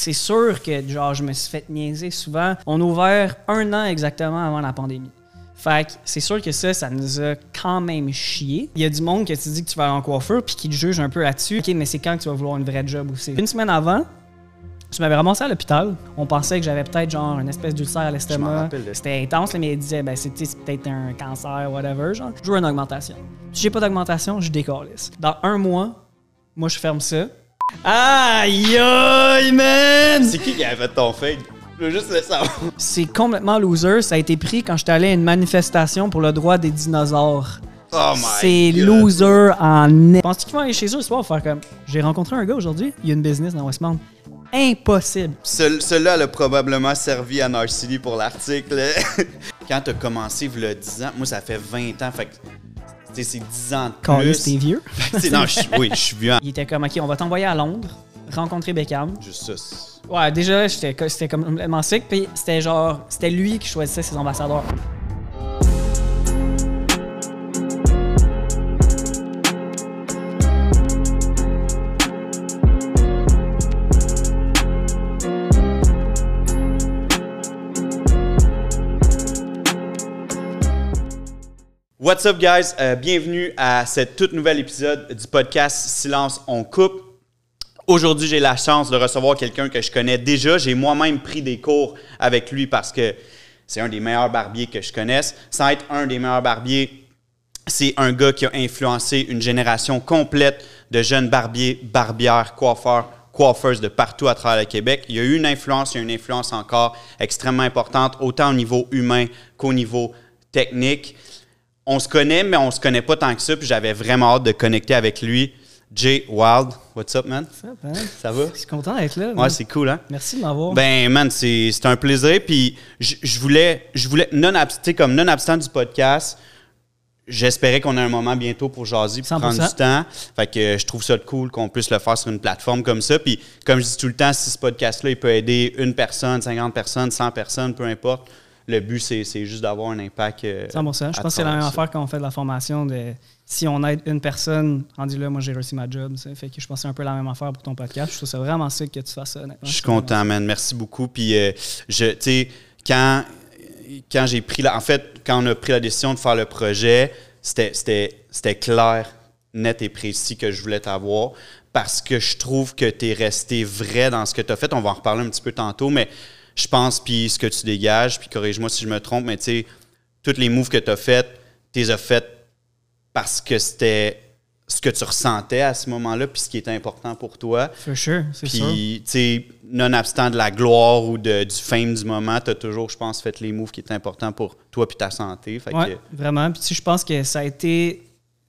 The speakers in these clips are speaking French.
c'est sûr que genre je me suis fait niaiser souvent. On a ouvert 1 an exactement avant la pandémie. Fait que c'est sûr que ça nous a quand même chié. Il y a du monde que tu dis que tu vas aller en coiffeur puis qui te juge un peu là-dessus. OK, mais c'est quand que tu vas vouloir une vraie job aussi? Une semaine avant, je m'avais ramassé à l'hôpital. On pensait que j'avais peut-être genre une espèce d'ulcère à l'estomac. C'était intense, mais ils disaient c'est peut-être un cancer, whatever. Genre. Je veux une augmentation. Si j'ai pas d'augmentation, je décalisse. Dans 1 mois, moi je ferme ça. Aïe aïe, man! C'est qui avait fait ton fake? Je veux juste le savoir. C'est complètement loser. Ça a été pris quand j'étais allé à une manifestation pour le droit des dinosaures. Oh my C'est God. loser en net. Penses-tu qu'ils vont aller chez eux ce soir faire comme j'ai rencontré un gars aujourd'hui, il y a une business dans Westmount. Impossible. Celui-là elle a probablement servi à Narcity pour l'article. Quand t'as commencé, il y a 10 ans, moi ça fait 20 ans, fait que c'est 10 ans de plus. Carlis, t'es vieux. Non, oui, je suis vieux. Il était comme OK, on va t'envoyer à Londres, rencontrer Beckham. Juste ça. Ouais, déjà, c'était complètement sick. Puis c'était lui qui choisissait ses ambassadeurs. What's up, guys? Bienvenue à cette toute nouvel épisode du podcast Silence, on coupe. Aujourd'hui, j'ai la chance de recevoir quelqu'un que je connais déjà. J'ai moi-même pris des cours avec lui parce que c'est un des meilleurs barbiers que je connaisse. Sans être un des meilleurs barbiers, c'est un gars qui a influencé une génération complète de jeunes barbiers, barbières, coiffeuses de partout à travers le Québec. Il y a eu une influence, il y a une influence encore extrêmement importante, autant au niveau humain qu'au niveau technique. On se connaît, mais on se connaît pas tant que ça, puis j'avais vraiment hâte de connecter avec lui. Jay Wild, what's up, man? What's up, man? Ça va? Je suis content d'être là. Ouais, c'est cool, hein? Merci de m'avoir. Ben, man, c'est un plaisir. Puis je voulais comme non-abstant du podcast, j'espérais qu'on ait un moment bientôt pour jaser, pour 100%. prendre du temps. Fait que je trouve ça cool qu'on puisse le faire sur une plateforme comme ça. Puis comme je dis tout le temps, si ce podcast-là, il peut aider 1 personne, 50 personnes, 100 personnes, peu importe. Le but, c'est juste d'avoir un impact. 100%. Je pense que c'est la même affaire quand on fait de la formation. Si on aide 1 personne, rendu là, moi, j'ai réussi ma job. Ça. Fait que je pense que c'est un peu la même affaire pour ton podcast. Je trouve ça vraiment sick que tu fasses ça, honnêtement. Je suis content, man. Merci beaucoup. Puis, tu sais, quand j'ai pris en fait, quand on a pris la décision de faire le projet, c'était clair, net et précis que je voulais t'avoir parce que je trouve que tu es resté vrai dans ce que tu as fait. On va en reparler un petit peu tantôt, mais je pense, puis ce que tu dégages, puis corrige-moi si je me trompe, mais tu sais, tous les moves que tu as faits, tu les as faits parce que c'était ce que tu ressentais à ce moment-là, puis ce qui était important pour toi. For sure, c'est sûr. Puis, tu sais, nonobstant de la gloire ou du fame du moment, tu as toujours, je pense, fait les moves qui étaient importants pour toi puis ta santé. Fait ouais, vraiment. Puis tu sais, je pense que ça a été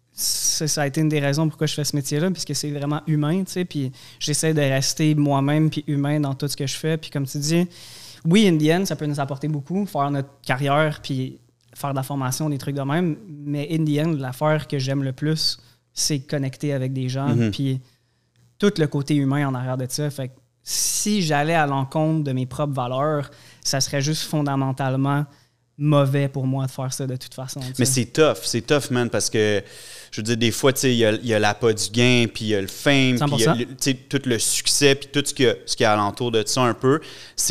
une des raisons pourquoi je fais ce métier-là, puisque c'est vraiment humain, tu sais, puis j'essaie de rester moi-même puis humain dans tout ce que je fais. Puis comme tu dis, oui, in the end, ça peut nous apporter beaucoup, faire notre carrière puis faire de la formation, des trucs de même, mais in the end, l'affaire que j'aime le plus, c'est connecter avec des gens, puis tout le côté humain en arrière de ça. Fait que si j'allais à l'encontre de mes propres valeurs, ça serait juste fondamentalement mauvais pour moi de faire ça de toute façon. T'sais. Mais c'est tough, man, parce que, je veux dire, des fois, tu sais, il y a l'appât du gain, puis il y a le fame, puis il y a tout le succès, puis tout ce qu'il y a alentour de ça un peu.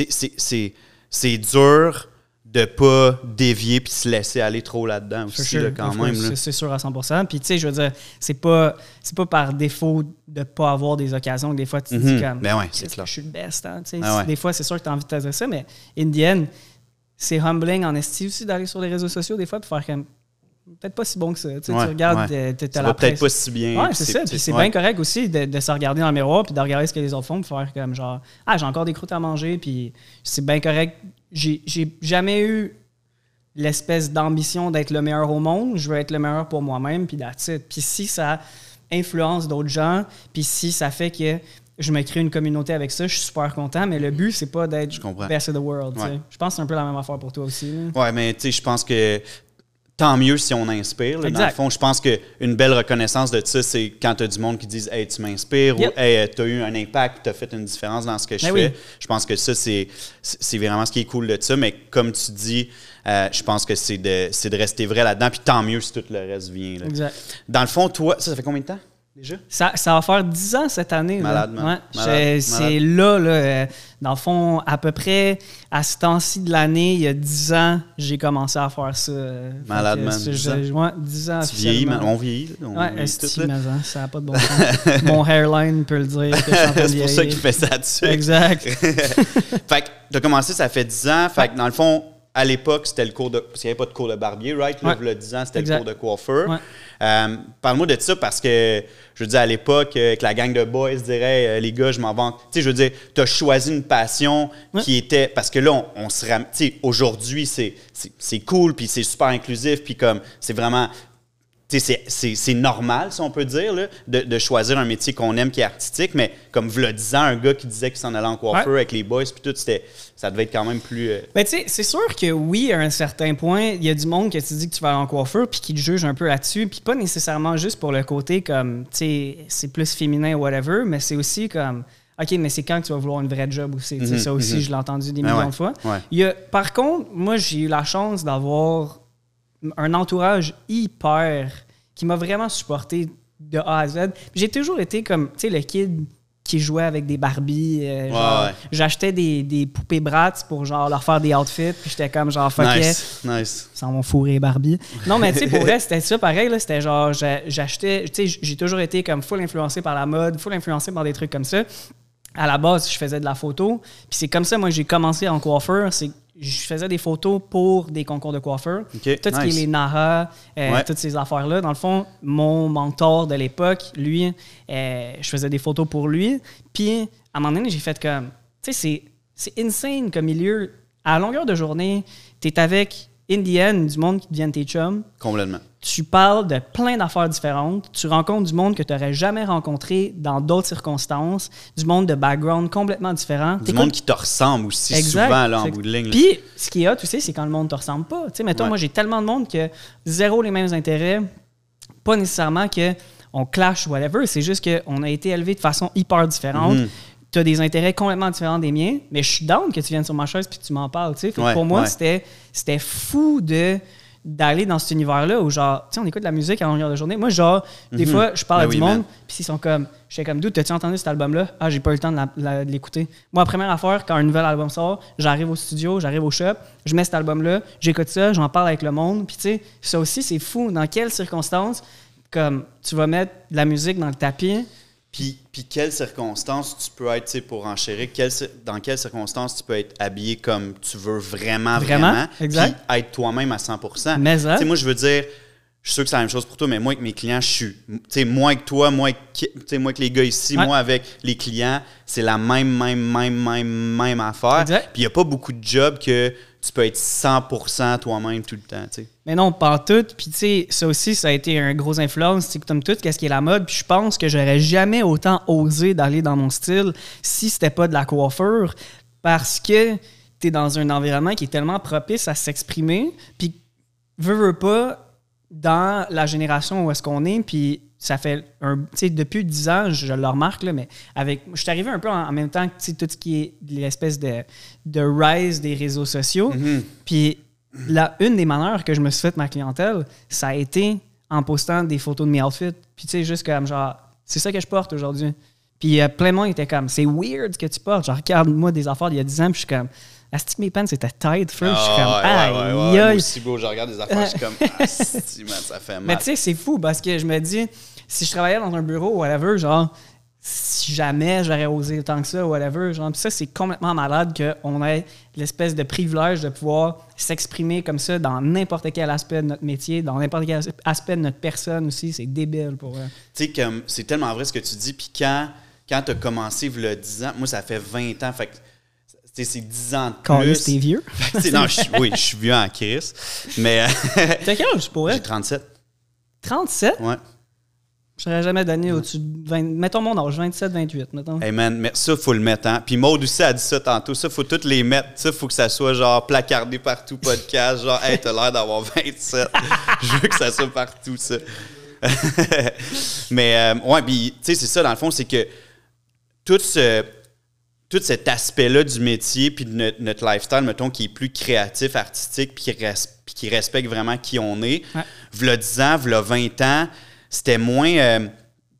C'est dur de pas dévier puis se laisser aller trop là-dedans aussi, sure, là, quand même. Là. C'est sûr à 100%. Puis, tu sais, je veux dire, c'est pas par défaut de pas avoir des occasions que des fois, tu te dis comme, ben ouais, c'est clair. Je suis le best. Hein? Ouais. Des fois, c'est sûr que tu as envie de te dire ça, mais in the end, c'est humbling en esti aussi d'aller sur les réseaux sociaux des fois pour faire comme peut-être pas si bon que ça. Tu regardes, ça va peut-être pas si bien. Ouais, c'est ça. Puis c'est bien correct aussi de se regarder dans le miroir puis de regarder ce que les autres font pour faire comme genre j'ai encore des croûtes à manger puis c'est bien correct. J'ai jamais eu l'espèce d'ambition d'être le meilleur au monde. Je veux être le meilleur pour moi-même puis that's it. Puis si ça influence d'autres gens puis si ça fait que je me crée une communauté avec ça, je suis super content, mais le but, c'est pas d'être best of the world. Ouais. Je pense que c'est un peu la même affaire pour toi aussi. Oui, mais tu sais, je pense que tant mieux si on inspire. Là, dans le fond, je pense qu'une belle reconnaissance de ça, c'est quand tu as du monde qui dit « Hey, tu m'inspires » ou « Hey, tu as eu un impact, tu as fait une différence dans ce que je fais. Oui. » Je pense que ça, c'est vraiment ce qui est cool de ça. Mais comme tu dis, je pense que c'est de rester vrai là-dedans. Puis tant mieux si tout le reste vient. Là. Exact. Dans le fond, toi, ça fait combien de temps? déjà? Ça va faire 10 ans cette année. Malade, là. man. C'est là, dans le fond, à peu près à ce temps-ci de l'année, il y a 10 ans, j'ai commencé à faire ça. Malade, man. 10 ans. Tu vieillis, man. On vieillit. Ça n'a pas de bon sens. Mon hairline peut le dire. Que je suis en train de c'est pour ça qu'il fait ça dessus. Exact. Fait que tu as commencé, ça fait 10 ans. Fait que dans le fond, à l'époque, c'était le cours de... Parce qu'il n'y avait pas de cours de barbier, right? Là, il y a 10 ans, c'était le cours de coiffeur. Ouais. Parle-moi de ça parce que, je veux dire, à l'époque, avec la gang de boys, je dirais, les gars, je m'en vante. Tu sais, je veux dire, tu as choisi une passion qui était... Parce que là, on se tu sais, aujourd'hui, c'est cool, puis c'est super inclusif, puis comme, c'est vraiment... C'est normal, si on peut dire, là, de choisir un métier qu'on aime, qui est artistique, mais comme v'là 10 ans, un gars qui disait qu'il s'en allait en coiffeur avec les boys, puis tout, ça devait être quand même plus... Ben, tu sais, c'est sûr que oui, à un certain point, il y a du monde que tu dis que tu vas aller en coiffeur, puis qui te juge un peu là-dessus, puis pas nécessairement juste pour le côté comme, tu sais, c'est plus féminin ou whatever, mais c'est aussi comme... OK, mais c'est quand que tu vas vouloir une vraie job aussi. Ça aussi, je l'ai entendu des millions de fois. Ouais. Par contre, moi, j'ai eu la chance d'avoir un entourage qui m'a vraiment supporté de A à Z. J'ai toujours été comme, tu sais, le kid qui jouait avec des Barbies. J'achetais des poupées Bratz pour genre leur faire des outfits, puis j'étais comme genre fuck nice. Sans mon fourré Barbie. Non, mais tu sais, pour vrai, c'était ça pareil. Là, c'était genre, j'achetais, tu sais, j'ai toujours été comme full influencé par la mode, full influencé par des trucs comme ça. À la base, je faisais de la photo. Puis c'est comme ça, moi, j'ai commencé en coiffeur. Je faisais des photos pour des concours de coiffeur. Okay, tout ce qui est les NARA, toutes ces affaires-là. Dans le fond, mon mentor de l'époque, lui, je faisais des photos pour lui. Puis, à un moment donné, j'ai fait comme... Tu sais, c'est insane comme milieu. À longueur de journée, t'es avec, in the end, du monde qui deviennent tes chums. Complètement. Tu parles de plein d'affaires différentes. Tu rencontres du monde que tu n'aurais jamais rencontré dans d'autres circonstances. Du monde de background complètement différent. Du monde qui te ressemble aussi souvent là, en bout de ligne. Puis, ce qui est hot, tu sais, c'est quand le monde ne te ressemble pas. Tu sais, mettons, moi, j'ai tellement de monde que zéro les mêmes intérêts. Pas nécessairement qu'on clash ou whatever. C'est juste qu'on a été élevés de façon hyper différente. Tu as des intérêts complètement différents des miens. Mais je suis down que tu viennes sur ma chaise et que tu m'en parles. Tu sais. Pour moi, c'était fou d'aller dans cet univers-là où, genre, tu sais, on écoute de la musique à longueur de journée. Moi, genre, des fois, je parle à du monde, puis ils sont comme, j'étais comme, d'où t'as-tu entendu cet album-là? Ah, j'ai pas eu le temps de l'écouter. Moi, la première affaire, quand un nouvel album sort, j'arrive au studio, j'arrive au shop, je mets cet album-là, j'écoute ça, j'en parle avec le monde, puis tu sais, ça aussi, c'est fou. Dans quelles circonstances, comme, tu vas mettre de la musique dans le tapis? Puis quelles circonstances tu peux être, tu sais, pour enchérir, dans quelles circonstances tu peux être habillé comme tu veux vraiment, exact. Puis être toi-même à 100%. Mais ça. Tu sais, moi, je veux dire, je suis sûr que c'est la même chose pour toi, mais moi, avec mes clients, je suis, tu sais, moi avec toi, moi avec les gars ici, moi avec les clients, c'est la même affaire. Exact. Puis il n'y a pas beaucoup de jobs que tu peux être 100% toi-même tout le temps, tu sais. Mais non, pas tout. Puis tu sais, ça aussi, ça a été un gros influence. Tu sais, comme tout, qu'est-ce qui est la mode. Puis je pense que j'aurais jamais autant osé d'aller dans mon style si c'était pas de la coiffure, parce que tu es dans un environnement qui est tellement propice à s'exprimer. Puis veux pas, dans la génération où est-ce qu'on est, puis ça fait tu sais, depuis 10 ans, je le remarque, là, mais je suis arrivé un peu en même temps que, tu sais, tout ce qui est l'espèce de rise des réseaux sociaux. Puis une des manières que je me suis fait ma clientèle, ça a été en postant des photos de mes outfits. Puis tu sais, juste comme genre, c'est ça que je porte aujourd'hui. Puis plein de monde était comme, c'est weird ce que tu portes. Genre, regarde-moi des affaires d'il y a 10 ans, puis je suis comme, asti que mes pants c'était tight first. Je suis comme, aïe. Moi aussi, beau, je regarde des affaires, je suis comme, asti, man, ça fait mal. Mais tu sais, c'est fou parce que je me dis, si je travaillais dans un bureau ou whatever, genre, si jamais j'aurais osé autant que ça ou whatever, genre, pis ça, c'est complètement malade qu'on ait l'espèce de privilège de pouvoir s'exprimer comme ça dans n'importe quel aspect de notre métier, dans n'importe quel aspect de notre personne aussi. C'est débile pour eux. Tu sais, comme, c'est tellement vrai ce que tu dis, puis quand tu as commencé, il y a 10 ans, moi, ça fait 20 ans, fait que c'est 10 ans de plus. Quand t'es vieux? Non, je suis vieux en crise, mais... T'as quel âge pour elle? J'ai 37. 37? Ouais. Je serais jamais donné au-dessus de 20... Mettons mon âge, 27, 28, mettons. Hey man, mais ça, faut le mettre, hein. Puis Maud aussi a dit ça tantôt. Ça, faut toutes les mettre. Ça, faut que ça soit genre placardé partout, podcast. Genre, hey, t'as l'air d'avoir 27. Je veux que ça soit partout, ça. Mais, ouais, puis, tu sais, c'est ça, dans le fond, c'est que tout cet aspect-là du métier puis de notre lifestyle, mettons, qui est plus créatif, artistique, puis qui respecte vraiment qui on est, v'là 10 ans, v'là 20 ans, c'était moins...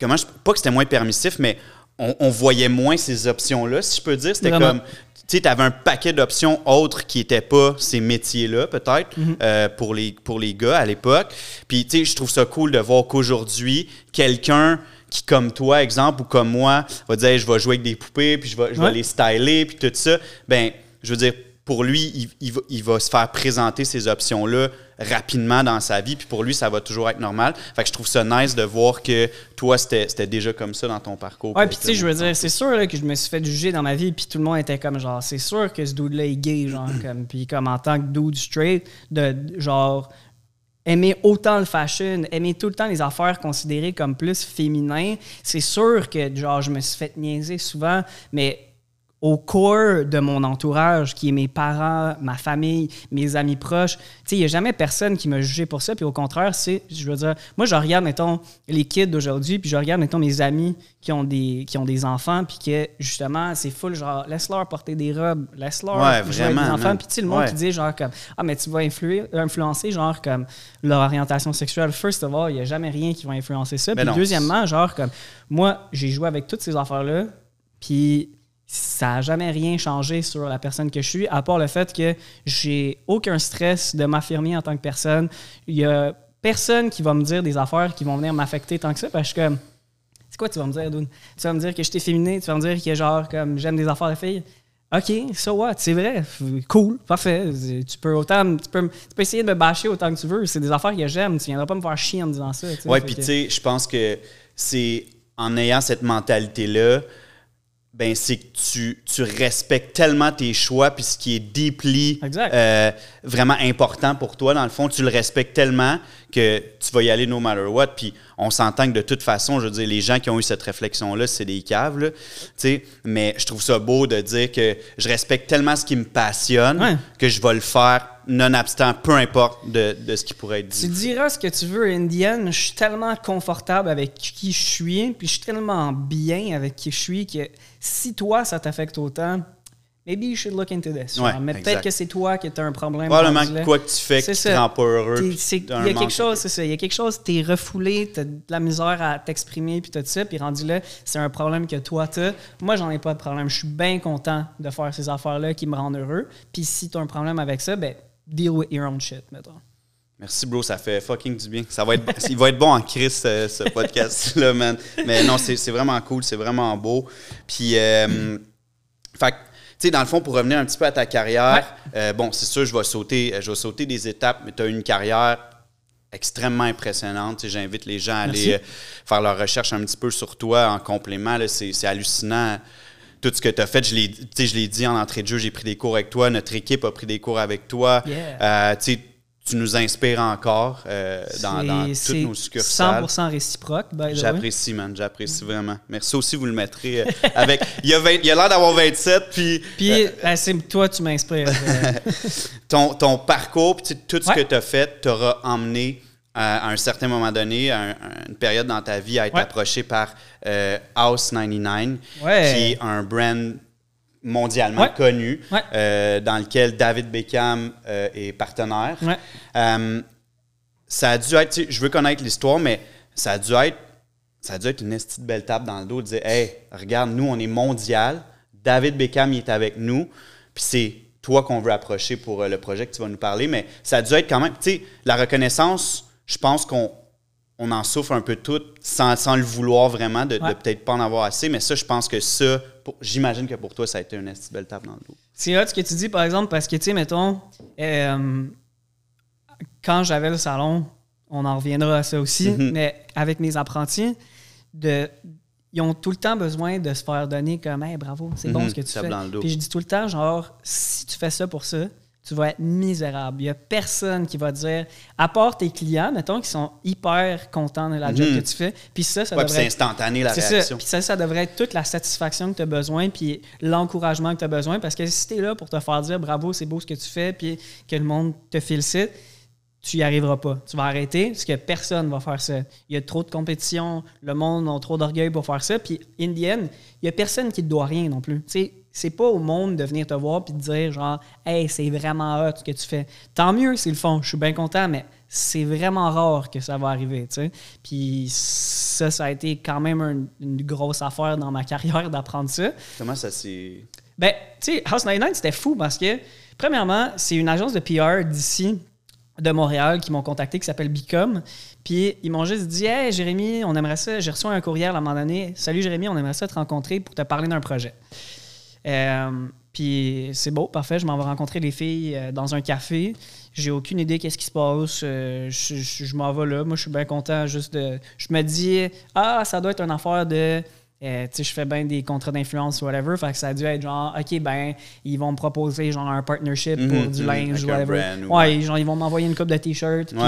pas que c'était moins permissif, mais on voyait moins ces options-là, si je peux dire. C'était Vraiment. comme, tu sais, tu avais un paquet d'options autres qui n'étaient pas ces métiers-là, peut-être, pour les gars à l'époque. Puis, tu sais, je trouve ça cool de voir qu'aujourd'hui, quelqu'un qui, comme toi, exemple, ou comme moi, va dire, hey, je vais jouer avec des poupées, puis je vais les styler, puis tout ça. Ben, je veux dire, pour lui, il va se faire présenter ces options-là rapidement dans sa vie, puis pour lui, ça va toujours être normal. Fait que je trouve ça nice de voir que toi, c'était déjà comme ça dans ton parcours. Ouais, puis tu sais, je veux dire, c'est sûr là, que je me suis fait juger dans ma vie, puis tout le monde était comme genre, c'est sûr que ce dude-là est gay, genre, comme, puis comme en tant que dude straight, de genre, aimer autant le fashion, aimer tout le temps les affaires considérées comme plus féminin, c'est sûr que genre, je me suis fait niaiser souvent, mais au corps de mon entourage, qui est mes parents, ma famille, mes amis proches, tu sais, il n'y a jamais personne qui m'a jugé pour ça. Puis au contraire, je veux dire, moi, je regarde, mettons, les kids d'aujourd'hui, puis je regarde, mettons, mes amis qui ont des enfants, puis que, justement, c'est full, genre, laisse-leur porter des robes, laisse-leur jouer avec des enfants. Puis tu sais, le monde qui dit, genre, comme, ah, mais tu vas influencer, genre, comme, leur orientation sexuelle. First of all, il n'y a jamais rien qui va influencer ça. Puis deuxièmement, genre, comme, moi, j'ai joué avec toutes ces affaires-là, puis ça n'a jamais rien changé sur la personne que je suis, à part le fait que j'ai aucun stress de m'affirmer en tant que personne. Il n'y a personne qui va me dire des affaires qui vont venir m'affecter tant que ça, parce que c'est quoi tu vas me dire, Doun? Tu vas me dire que je suis féminé, tu vas me dire que genre comme j'aime des affaires de filles. OK, so what? C'est vrai. Cool, parfait. Tu peux essayer de me bâcher autant que tu veux. C'est des affaires que j'aime. Tu viendras pas me faire chier en me disant ça. Oui, puis tu sais, je pense que c'est en ayant cette mentalité-là, ben c'est que tu respectes tellement tes choix, puis ce qui est deeply vraiment important pour toi, dans le fond, tu le respectes tellement que tu vas y aller no matter what. Puis on s'entend que de toute façon, je veux dire, les gens qui ont eu cette réflexion-là, c'est des caves, là, tu sais. Mais je trouve ça beau de dire que je respecte tellement ce qui me passionne que je vais le faire nonobstant, peu importe de ce qui pourrait être dit. Tu diras ce que tu veux, Indienne. Je suis tellement confortable avec qui je suis, puis je suis tellement bien avec qui je suis que si toi, ça t'affecte autant, maybe you should look into this. Mais peut-être que c'est toi qui as un problème. Probablement quoi que tu fais qui te rend pas heureux. Il y a quelque chose, c'est ça. Il y a quelque chose, t'es refoulé, t'as de la misère à t'exprimer, puis tout ça, puis rendu là, c'est un problème que toi t'as. Moi, j'en ai pas de problème. Je suis bien content de faire ces affaires-là qui me rendent heureux. Puis si t'as un problème avec ça, ben deal with your own shit, mettons. Merci, bro. Ça fait fucking du bien. Il va être bon en crise, ce podcast-là, man. Mais non, c'est vraiment cool. C'est vraiment beau. Puis, fait tu sais, dans le fond, pour revenir un petit peu à ta carrière, bon, c'est sûr, je vais sauter des étapes, mais tu as une carrière extrêmement impressionnante. Tu sais, j'invite les gens à aller faire leur recherche un petit peu sur toi en complément. Là, c'est hallucinant. Tout ce que tu as fait, je l'ai dit en entrée de jeu, j'ai pris des cours avec toi, notre équipe a pris des cours avec toi. Tu nous inspires encore dans toutes nos succursales. 100% réciproque, by the way. J'apprécie, man, j'apprécie vraiment. Merci aussi, vous le mettrez avec... Il a l'air d'avoir 27, puis... c'est toi, tu m'inspires. ton parcours, puis tout ce que tu as fait t'aura emmené à un certain moment donné, à une période dans ta vie, à être approché par House 99, qui est un brand mondialement connu, dans lequel David Beckham est partenaire. Ça a dû être, je veux connaître l'histoire, mais ça a dû être une esti de belle tape dans le dos, de dire « Hey, regarde, nous, on est mondial, David Beckham, il est avec nous, puis c'est toi qu'on veut approcher pour le projet que tu vas nous parler. » Mais ça a dû être quand même, tu sais, la reconnaissance, je pense qu'on en souffre un peu toutes sans le vouloir vraiment, de peut-être pas en avoir assez, mais ça, je pense que ça, j'imagine que pour toi, ça a été une esti belle tape dans le dos. C'est hot ce que tu dis, par exemple, parce que, tu sais, mettons, quand j'avais le salon, on en reviendra à ça aussi, mais avec mes apprentis, ils ont tout le temps besoin de se faire donner comme « Hey, bravo, c'est bon ce que tu fais. » Puis je dis tout le temps, genre, si tu fais ça pour ça, tu vas être misérable. Il n'y a personne qui va dire, à part tes clients, mettons, qui sont hyper contents de la job que tu fais. Puis ça devrait c'est instantané, la réaction. Puis ça devrait être toute la satisfaction que tu as besoin, puis l'encouragement que tu as besoin. Parce que si tu es là pour te faire dire, bravo, c'est beau ce que tu fais, puis que le monde te félicite, tu y arriveras pas. Tu vas arrêter parce que personne va faire ça. Il y a trop de compétition, le monde a trop d'orgueil pour faire ça. Puis, in the end, il y a personne qui te doit rien non plus. Tu sais, c'est pas au monde de venir te voir puis de dire genre « Hey, c'est vraiment hot ce que tu fais. » Tant mieux s'ils le font, je suis bien content, mais c'est vraiment rare que ça va arriver, tu sais. Puis ça a été quand même une grosse affaire dans ma carrière d'apprendre ça. Comment ça s'est... Ben, tu sais, House 99, c'était fou parce que, premièrement, c'est une agence de PR d'ici, de Montréal, qui m'ont contacté, qui s'appelle Bicom. Puis ils m'ont juste dit « Hey, Jérémy, on aimerait ça. » J'ai reçu un courriel à un moment donné. « Salut Jérémy, on aimerait ça te rencontrer pour te parler d'un projet. » Puis c'est beau, parfait. Je m'en vais rencontrer les filles dans un café. J'ai aucune idée qu'est-ce qui se passe. Je m'en vais là. Moi, je suis bien content juste de... Je me dis « Ah, ça doit être une affaire de... » tu sais, je fais bien des contrats d'influence ou whatever. Fait que ça a dû être genre, OK, ben, ils vont me proposer genre un partnership pour du linge ou whatever. Genre, ils vont m'envoyer une coupe de t-shirts. Puis,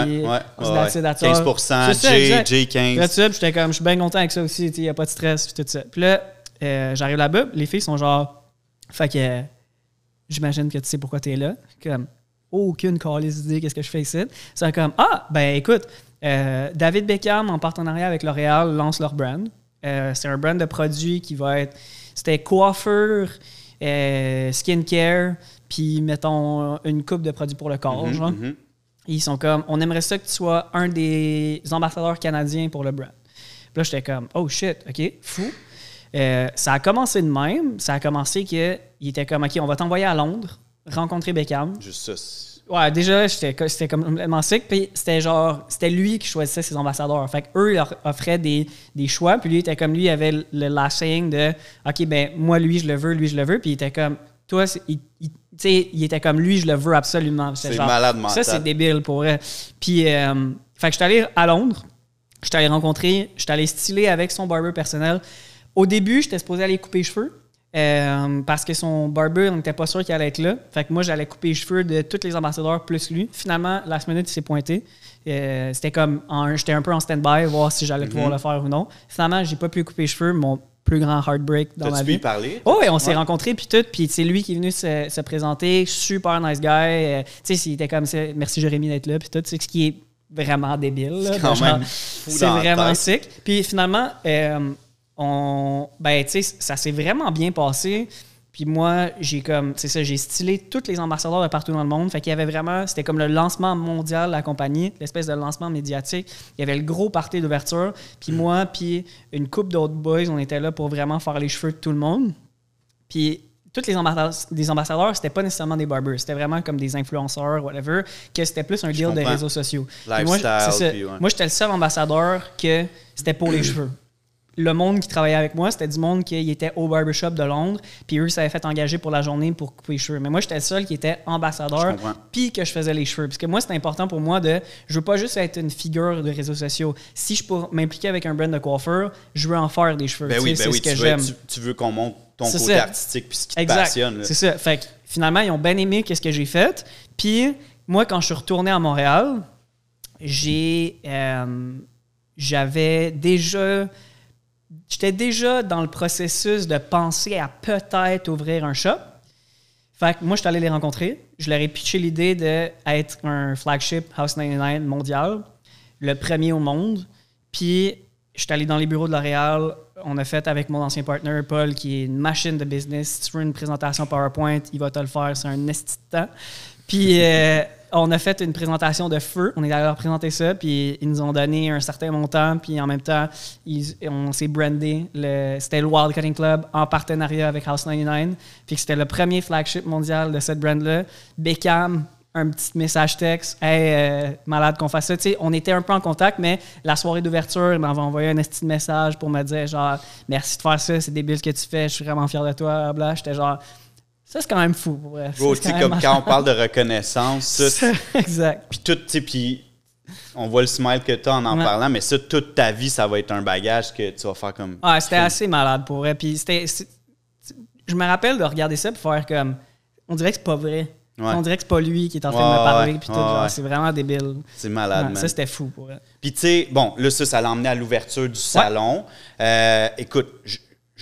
15%, J15. Là, j'étais comme, je suis bien content avec ça aussi. Il n'y a pas de stress. Puis tout ça. Puis là, j'arrive là-bas. Les filles sont genre, fait que j'imagine que tu sais pourquoi tu es là. Comme, aucune calice d'idée qu'est-ce que je fais ici. C'est comme, ah, ben écoute, David Beckham, en partenariat avec L'Oréal, lance leur brand. C'est un brand de produits qui va être... C'était coiffure, skincare, puis mettons une coupe de produits pour le corps. Genre. Ils sont comme, on aimerait ça que tu sois un des ambassadeurs canadiens pour le brand. Puis là, j'étais comme, oh shit, OK, fou. Ça a commencé de même. Ça a commencé qu'il était comme, OK, on va t'envoyer à Londres, rencontrer Beckham. Juste ça. Ouais, déjà, c'était complètement sick. Puis c'était lui qui choisissait ses ambassadeurs. Fait qu'eux, ils leur offraient des choix. Puis lui, était comme lui, il avait le last saying de OK, ben moi, lui, je le veux, lui, je le veux. Puis il était comme, toi, il était comme lui, je le veux absolument. C'est genre, malade mental. Ça, c'est débile pour vrai. Puis, fait que je suis allé à Londres. Je suis allé rencontrer, je suis allé styler avec son barber personnel. Au début, j'étais supposé aller couper les cheveux. Parce que son barber, on n'était pas sûr qu'il allait être là. Fait que moi, j'allais couper les cheveux de tous les ambassadeurs plus lui. Finalement, last minute, il s'est pointé. C'était comme, j'étais un peu en stand-by, voir si j'allais pouvoir le faire ou non. Finalement, j'ai pas pu couper les cheveux. Mon plus grand heartbreak dans ma vie. T'as-tu pu y parler? Oh, et on s'est rencontrés, puis tout. Puis c'est lui qui est venu se présenter. Super nice guy. Tu sais, il était comme, merci Jérémy d'être là, puis tout. C'est ce qui est vraiment débile. Là, c'est quand même fou. C'est vraiment sick. Puis finalement... ben, tu sais, ça s'est vraiment bien passé. Puis moi, j'ai stylé tous les ambassadeurs de partout dans le monde. Fait qu'il y avait vraiment, c'était comme le lancement mondial de la compagnie, l'espèce de lancement médiatique. Il y avait le gros party d'ouverture. Puis moi, puis une couple d'autres boys, on était là pour vraiment faire les cheveux de tout le monde. Puis tous les ambassadeurs, c'était pas nécessairement des barbers. C'était vraiment comme des influenceurs, whatever, que c'était plus un deal de réseaux sociaux. Lifestyle. Moi, j'étais le seul ambassadeur que c'était pour les cheveux. Le monde qui travaillait avec moi, c'était du monde qui était au barbershop de Londres, puis eux, ça avait fait engager pour la journée pour couper les cheveux. Mais moi, j'étais le seul qui était ambassadeur, puis que je faisais les cheveux. Parce que moi, c'était important pour moi je veux pas juste être une figure de réseaux sociaux. Si je peux m'impliquer avec un brand de coiffeur, je veux en faire des cheveux. C'est ce que j'aime. Tu veux qu'on monte ton côté artistique puis ce qui te passionne. Là. C'est ça. Fait que finalement, ils ont bien aimé ce que j'ai fait. Puis moi, quand je suis retourné à Montréal, j'étais déjà dans le processus de penser à peut-être ouvrir un shop. Fait que moi, je suis allé les rencontrer. Je leur ai pitché l'idée d'être un flagship House 99 mondial, le premier au monde. Puis, je suis allé dans les bureaux de L'Oréal. On a fait avec mon ancien partner, Paul, qui est une machine de business. Si tu veux une présentation PowerPoint, il va te le faire. C'est un esti de temps. Puis, on a fait une présentation de feu. On est allé leur présenter ça, puis ils nous ont donné un certain montant, puis en même temps, on s'est brandé. C'était le Wild Cutting Club en partenariat avec House 99. Puis c'était le premier flagship mondial de cette brand-là. Beckham, un petit message texte. « Hey, malade qu'on fasse ça. » Tu sais, on était un peu en contact, mais la soirée d'ouverture, il m'avait envoyé un petit message pour me dire genre « Merci de faire ça, c'est débile ce que tu fais, je suis vraiment fier de toi. » J'étais genre... Ça, c'est quand même fou. Bro, tu sais, comme quand on parle de reconnaissance, ça, exact. Puis tout, tu sais, puis on voit le smile que tu as en parlant, mais ça, toute ta vie, ça va être un bagage que tu vas faire comme... Ah, c'était assez malade pour vrai. Puis je me rappelle de regarder ça et faire comme... On dirait que c'est pas vrai. Ouais. On dirait que c'est pas lui qui est en train de me parler. Puis tout, genre, c'est vraiment débile. C'est malade, man. Ça, c'était fou pour vrai. Puis tu sais, bon, là, ça l'a emmené à l'ouverture du salon. Écoute,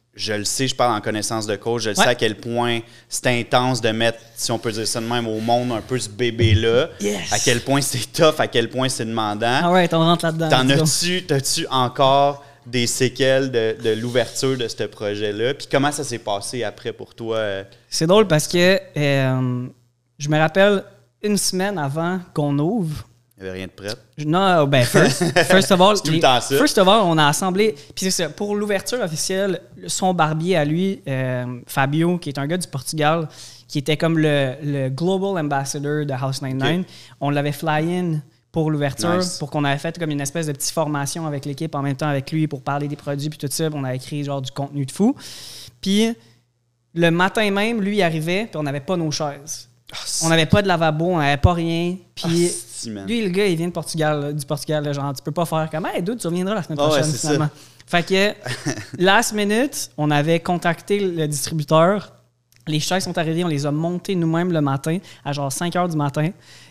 je le sais, je parle en connaissance de cause, je le sais à quel point c'est intense de mettre, si on peut dire ça de même, au monde un peu ce bébé-là. Yes. À quel point c'est tough, à quel point c'est demandant. Ah ouais, on rentre là-dedans. T'as-tu encore des séquelles de l'ouverture de ce projet-là? Puis comment ça s'est passé après pour toi? C'est drôle parce que je me rappelle une semaine avant qu'on ouvre. Il n'y avait rien de prêt? Non, ben, first of all, c'est tout le temps ça. First of all, on a assemblé. Puis c'est ça, pour l'ouverture officielle, son barbier à lui, Fabio, qui est un gars du Portugal, qui était comme le Global Ambassador de House 99, on l'avait fly-in pour l'ouverture, pour qu'on avait fait comme une espèce de petite formation avec l'équipe en même temps avec lui pour parler des produits puis tout ça. Puis on avait créé genre du contenu de fou. Puis le matin même, lui, il arrivait, puis on n'avait pas nos chaises. On n'avait pas de lavabo, on n'avait pas rien. Puis lui, le gars, il vient de Portugal, du Portugal. Là, genre, tu peux pas faire comme « Hey, dude, tu reviendras la semaine prochaine, finalement. » Fait que, last minute, on avait contacté le distributeur. Les chaises sont arrivées, on les a montées nous-mêmes le matin, à genre 5 h du matin.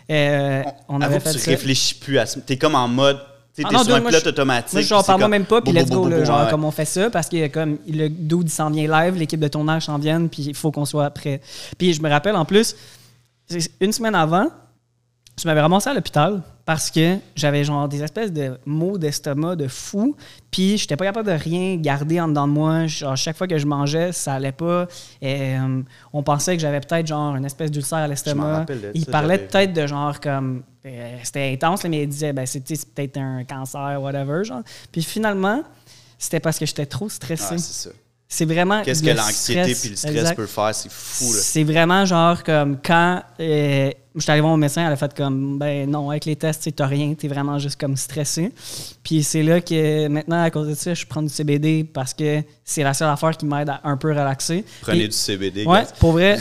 On avait fait tu ça. Réfléchis plus à ça. T'es comme en mode... T'es sur un pilote automatique. Moi, genre, parle-moi même pas, puis let's go, genre, comme on fait ça, parce que comme le dude s'en vient live, l'équipe de tournage s'en vient, puis il faut qu'on soit prêt. Puis je me rappelle, en plus, une semaine avant, je m'avais ramassé à l'hôpital parce que j'avais genre des espèces de maux d'estomac de fou, puis j'étais pas capable de rien garder en dedans de moi. Genre, chaque fois que je mangeais, ça allait pas. On pensait que j'avais peut-être genre une espèce d'ulcère à l'estomac. Il parlait peut-être de genre comme... c'était intense, mais il disait c'est peut-être un cancer, whatever. Genre. Puis finalement, c'était parce que j'étais trop stressé. Ah, c'est ça. C'est vraiment. Qu'est-ce que l'anxiété puis le stress peut faire? C'est fou, là. C'est vraiment genre comme quand je suis allé voir mon médecin, elle a fait comme ben non, avec les tests, t'as rien, t'es vraiment juste comme stressé. Puis c'est là que maintenant, à cause de ça, je prends du CBD parce que c'est la seule affaire qui m'aide à un peu relaxer. Prenez du CBD. Ouais, pour vrai.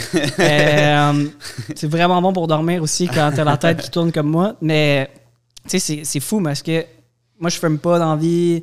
C'est vraiment bon pour dormir aussi quand t'as la tête qui tourne comme moi. Mais tu sais, c'est fou parce que moi, je fume pas dans la vie.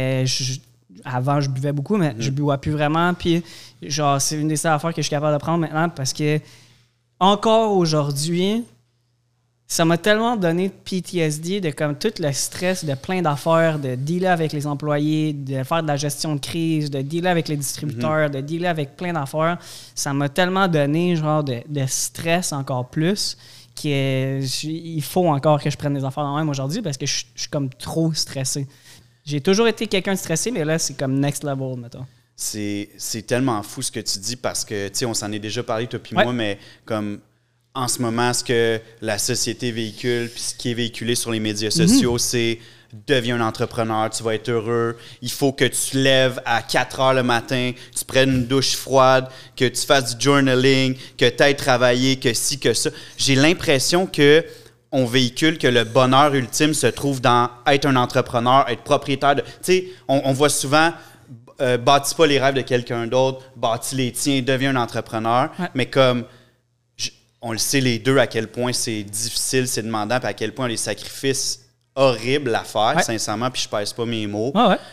Avant, je buvais beaucoup, mais je bois plus vraiment. Puis, genre, c'est une des seules affaires que je suis capable de prendre maintenant parce que, encore aujourd'hui, ça m'a tellement donné de PTSD, de comme tout le stress de plein d'affaires, de dealer avec les employés, de faire de la gestion de crise, de dealer avec les distributeurs, de dealer avec plein d'affaires. Ça m'a tellement donné, genre, de stress encore plus qu'il faut encore que je prenne des affaires dans même aujourd'hui parce que je suis comme trop stressé. J'ai toujours été quelqu'un de stressé, mais là, c'est comme next level, mettons. C'est tellement fou ce que tu dis parce que, tu sais, on s'en est déjà parlé, toi puis moi, mais comme en ce moment, ce que la société véhicule puis ce qui est véhiculé sur les médias sociaux, c'est deviens un entrepreneur, tu vas être heureux, il faut que tu te lèves à 4 heures le matin, tu prennes une douche froide, que tu fasses du journaling, que tu ailles travailler, que ci, que ça. J'ai l'impression que on véhicule que le bonheur ultime se trouve dans être un entrepreneur, être propriétaire de... Tu sais, on voit souvent bâtis pas les rêves de quelqu'un d'autre, bâtis les tiens, deviens un entrepreneur. Ouais. Mais comme on le sait les deux à quel point c'est difficile, c'est demandant, puis à quel point les sacrifices horribles à faire, sincèrement, puis je pèse pas mes mots.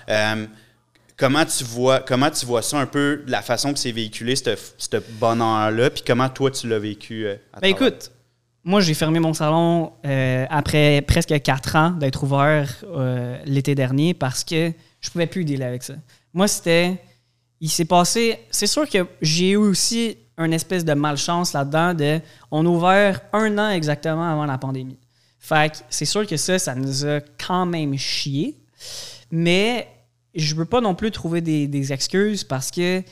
Comment tu vois ça un peu, la façon que c'est véhiculé, ce bonheur-là, puis comment toi tu l'as vécu écoute, moi, j'ai fermé mon salon après presque 4 ans d'être ouvert l'été dernier parce que je pouvais plus dealer avec ça. Moi, il s'est passé... C'est sûr que j'ai eu aussi une espèce de malchance là-dedans on a ouvert 1 an exactement avant la pandémie. Fait que c'est sûr que ça nous a quand même chié. Mais je veux pas non plus trouver des excuses parce que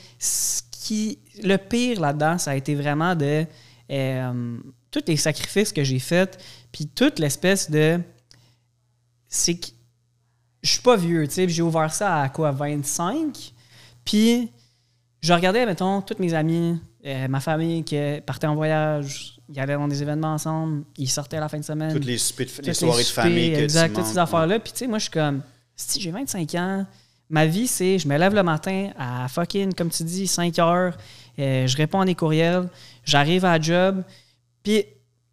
le pire là-dedans, ça a été vraiment de... tous les sacrifices que j'ai faits, puis toute l'espèce de... C'est que je suis pas vieux, tu sais, j'ai ouvert ça à quoi, 25? Puis je regardais, mettons, tous mes amis, ma famille qui partait en voyage, ils allaient dans des événements ensemble, ils sortaient à la fin de semaine. Toutes les soirées de famille que exact, toutes ces affaires-là. Puis tu sais, moi, je suis comme, si j'ai 25 ans, ma vie, c'est, je me lève le matin à fucking, comme tu dis, 5 heures, je réponds à des courriels, j'arrive à la job. Puis,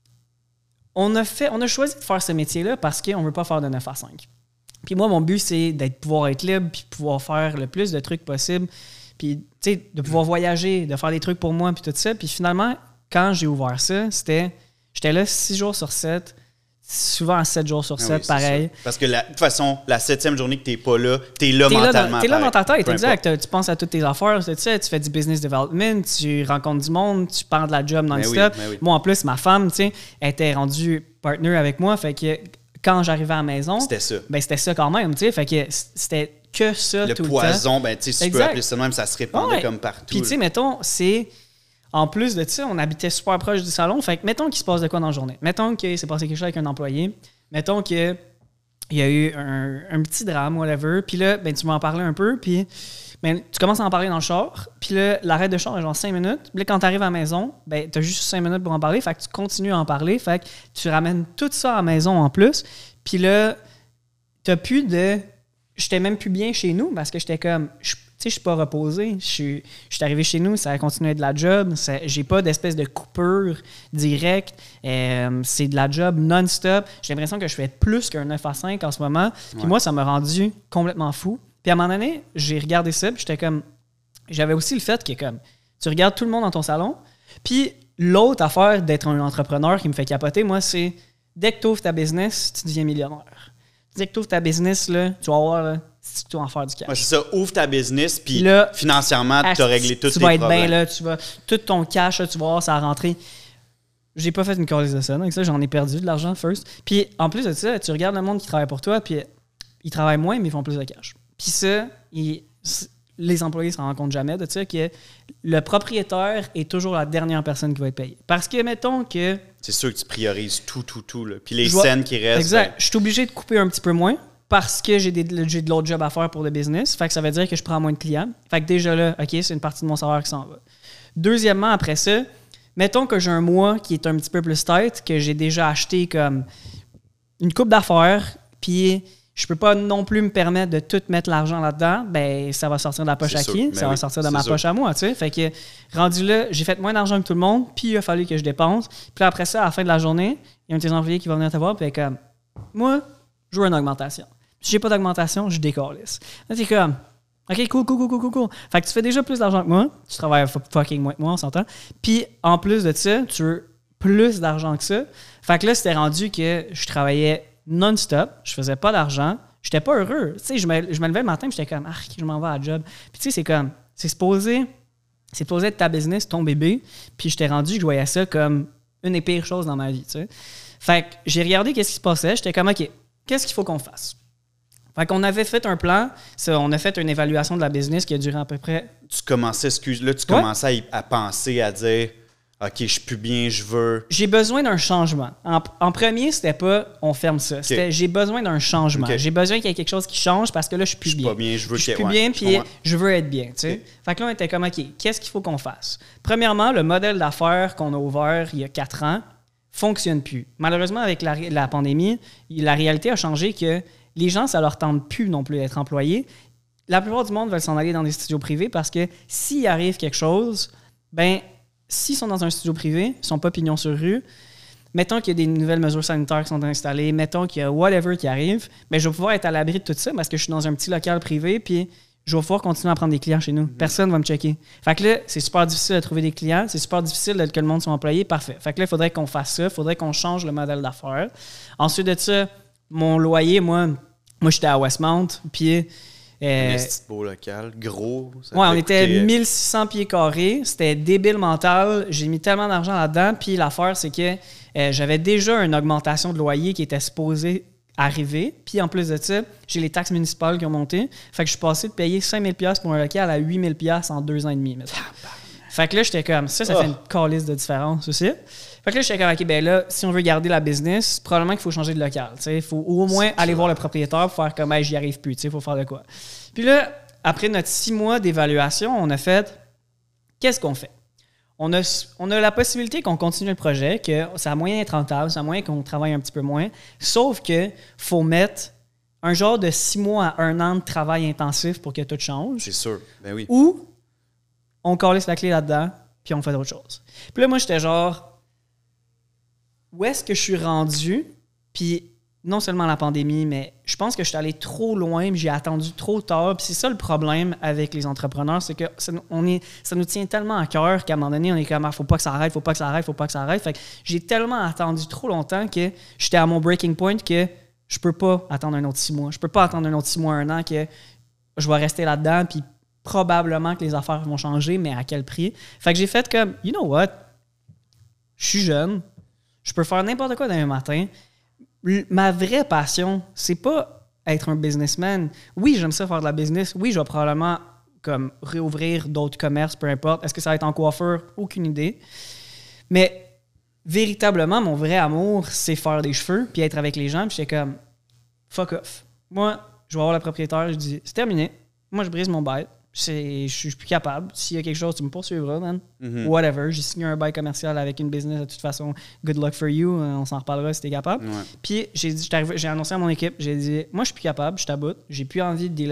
on a choisi de faire ce métier-là parce qu'on ne veut pas faire de 9 à 5. Puis moi, mon but, c'est pouvoir être libre puis pouvoir faire le plus de trucs possible. Puis, tu sais, de pouvoir voyager, de faire des trucs pour moi puis tout ça. Puis finalement, quand j'ai ouvert ça, j'étais là 6 jours sur 7. souvent à 7 jours sur 7, oui, pareil. Parce que de toute façon, la 7e journée que t'es pas là, t'es là mentalement. T'es là dans ta tête, peu exact. Tu penses à toutes tes affaires, tu fais du business development, tu rencontres du monde, tu parles de la job non-stop. Oui. Moi, en plus, ma femme, tu sais, elle était rendue partner avec moi, fait que quand j'arrivais à la maison, c'était ça quand même, tu sais, fait que c'était que ça tout le temps. Le poison, ben, tu sais, si tu peux appeler ça de même, ça se répandait comme partout. Puis, tu sais, mettons, en plus de ça, on habitait super proche du salon. Fait que, mettons qu'il se passe de quoi dans la journée. Mettons qu'il s'est passé quelque chose avec un employé. Mettons qu'il y a eu un petit drame, whatever. Puis là, ben, tu m'en parlais un peu. Puis ben, tu commences à en parler dans le char. Puis là, l'arrêt de char est genre 5 minutes. Puis là, quand tu arrives à la maison, ben, tu as juste 5 minutes pour en parler. Fait que tu continues à en parler. Fait que tu ramènes tout ça à la maison en plus. Puis là, tu n'as plus de... J'étais même plus bien chez nous parce que j'étais comme... Tu sais, je suis pas reposé. Je suis arrivé chez nous, ça a continué de la job. J'ai pas d'espèce de coupure directe. C'est de la job non-stop. J'ai l'impression que je fais plus qu'un 9 à 5 en ce moment. Puis moi, ça m'a rendu complètement fou. Puis à un moment donné, j'ai regardé ça, puis j'étais comme... J'avais aussi le fait que comme tu regardes tout le monde dans ton salon. Puis l'autre affaire d'être un entrepreneur qui me fait capoter, moi, c'est dès que tu ouvres ta business, tu deviens millionnaire. Dès que tu ouvres ta business, là, tu vas voir... Là, tu vas en faire du cash. Ouais, c'est ça, ouvre ta business, puis financièrement, tu as réglé tous tes problèmes. Tu vas être bien, là, tout ton cash, là, tu vas voir, ça a rentré. J'ai pas fait une calice de ça, donc ça, j'en ai perdu de l'argent first. Puis en plus de ça, tu regardes le monde qui travaille pour toi, puis ils travaillent moins, mais ils font plus de cash. Puis ça, les employés se rendent compte jamais de ça, que le propriétaire est toujours la dernière personne qui va être payée. Parce que, mettons que... C'est sûr que tu priorises tout, là. Puis les scènes qui restent... Exact. Je suis obligé de couper un petit peu moins, parce que j'ai de l'autre job à faire pour le business. Fait que ça veut dire que je prends moins de clients. Fait que déjà là, OK, c'est une partie de mon salaire qui s'en va. Deuxièmement, après ça, mettons que j'ai un mois qui est un petit peu plus tight, que j'ai déjà acheté comme une coupe d'affaires, puis je peux pas non plus me permettre de tout mettre l'argent là-dedans, ben ça va sortir de la poche à qui? Ça va sortir de ma poche à moi, tu sais. Fait que rendu là, j'ai fait moins d'argent que tout le monde, puis il a fallu que je dépense. Puis après ça, à la fin de la journée, il y a un de tes employés qui va venir te voir, puis comme, moi, je veux une augmentation. Si j'ai pas d'augmentation, je décalisse. Là, t'es comme, OK, cool. Fait que tu fais déjà plus d'argent que moi. Tu travailles fucking moins que moi, on s'entend. Puis, en plus de ça, tu veux plus d'argent que ça. Fait que là, c'était rendu que je travaillais non-stop. Je faisais pas d'argent. J'étais pas heureux. Tu sais, je me levais le matin et j'étais comme, je m'en vais à la job. Puis, tu sais, c'est comme, c'est supposé être ta business, ton bébé. Puis, j'étais rendu que je voyais ça comme une des pires choses dans ma vie, tu sais. Fait que j'ai regardé qu'est-ce qui se passait. J'étais comme, OK, qu'est-ce qu'il faut qu'on fasse? Fait qu'on avait fait un plan, on a fait une évaluation de la business qui a duré à peu près... Tu commençais à penser, à dire « OK, je suis plus bien, je veux... » J'ai besoin d'un changement. En premier, c'était pas « on ferme ça ». C'était « j'ai besoin d'un changement ». J'ai besoin qu'il y ait quelque chose qui change parce que là, je suis plus bien. Je suis pas bien, je veux... Je suis plus bien, puis je veux être bien, tu sais. Fait que là, on était comme « OK, qu'est-ce qu'il faut qu'on fasse? » Premièrement, le modèle d'affaires qu'on a ouvert il y a 4 ans fonctionne plus. Malheureusement, avec la pandémie, la réalité a changé que les gens, ça leur tente plus non plus d'être employés. La plupart du monde veulent s'en aller dans des studios privés parce que s'il arrive quelque chose, ben s'ils sont dans un studio privé, ils sont pas pignons sur rue, mettons qu'il y a des nouvelles mesures sanitaires qui sont installées, mettons qu'il y a whatever qui arrive, ben je vais pouvoir être à l'abri de tout ça parce que je suis dans un petit local privé, puis je vais pouvoir continuer à prendre des clients chez nous. Personne ne va me checker. Fait que là, c'est super difficile de trouver des clients. C'est super difficile que le monde soit employé. Parfait. Fait que là, il faudrait qu'on fasse ça. Il faudrait qu'on change le modèle d'affaires. Ensuite de ça, mon loyer, moi j'étais à Westmount. Puis... un petit beau local, gros. Ouais, on était 1600 pieds carrés. C'était débile mental. J'ai mis tellement d'argent là-dedans. Puis l'affaire, c'est que j'avais déjà une augmentation de loyer qui était supposée arriver. Puis en plus de ça, j'ai les taxes municipales qui ont monté. Fait que je suis passé de payer 5 000 $ pour un local à 8 000 $ en 2 ans et demi. Fait que là, j'étais comme, ça fait une calice de différence aussi. Fait que là, j'étais comme, OK, ben là, si on veut garder la business, probablement qu'il faut changer de local. Il faut au moins aller voir le propriétaire pour faire comme, j'y arrive plus. Il faut faire de quoi. Puis là, après notre 6 mois d'évaluation, on a fait, qu'est-ce qu'on fait? On a la possibilité qu'on continue le projet, que ça a moyen d'être rentable, ça a moyen qu'on travaille un petit peu moins, sauf que faut mettre un genre de 6 mois à 1 an de travail intensif pour que tout change. C'est sûr, ben oui. Ou on calisse la clé là-dedans, puis on fait d'autres choses. Puis là, moi, j'étais genre, où est-ce que je suis rendu? Puis non seulement la pandémie, mais je pense que je suis allé trop loin, puis j'ai attendu trop tard. Puis c'est ça le problème avec les entrepreneurs, c'est que ça nous tient tellement à cœur qu'à un moment donné, on est comme « faut pas que ça arrête, faut pas que ça arrête, faut pas que ça arrête ». Fait que j'ai tellement attendu trop longtemps que j'étais à mon breaking point que je peux pas attendre un autre 6 mois. Je peux pas attendre un autre 6 mois, 1 an, que je vais rester là-dedans, puis probablement que les affaires vont changer, mais à quel prix? Fait que j'ai fait comme « you know what? Je suis jeune, je peux faire n'importe quoi demain matin. » Ma vraie passion, c'est pas être un businessman. Oui, j'aime ça faire de la business. Oui, je vais probablement comme réouvrir d'autres commerces, peu importe. Est-ce que ça va être en coiffeur? Aucune idée. Mais véritablement, mon vrai amour, c'est faire des cheveux puis être avec les gens. Puis j'étais comme, fuck off. Moi, je vais voir le propriétaire, je dis, c'est terminé. Moi, je brise mon bail. Je suis plus capable. S'il y a quelque chose, tu me poursuivras, man. Whatever. J'ai signé un bail commercial avec une business. De toute façon, good luck for you. On s'en reparlera si t'es capable. Ouais. Puis, j'ai annoncé à mon équipe, j'ai dit, moi, je suis plus capable, je t'aboute. J'ai plus envie de dealer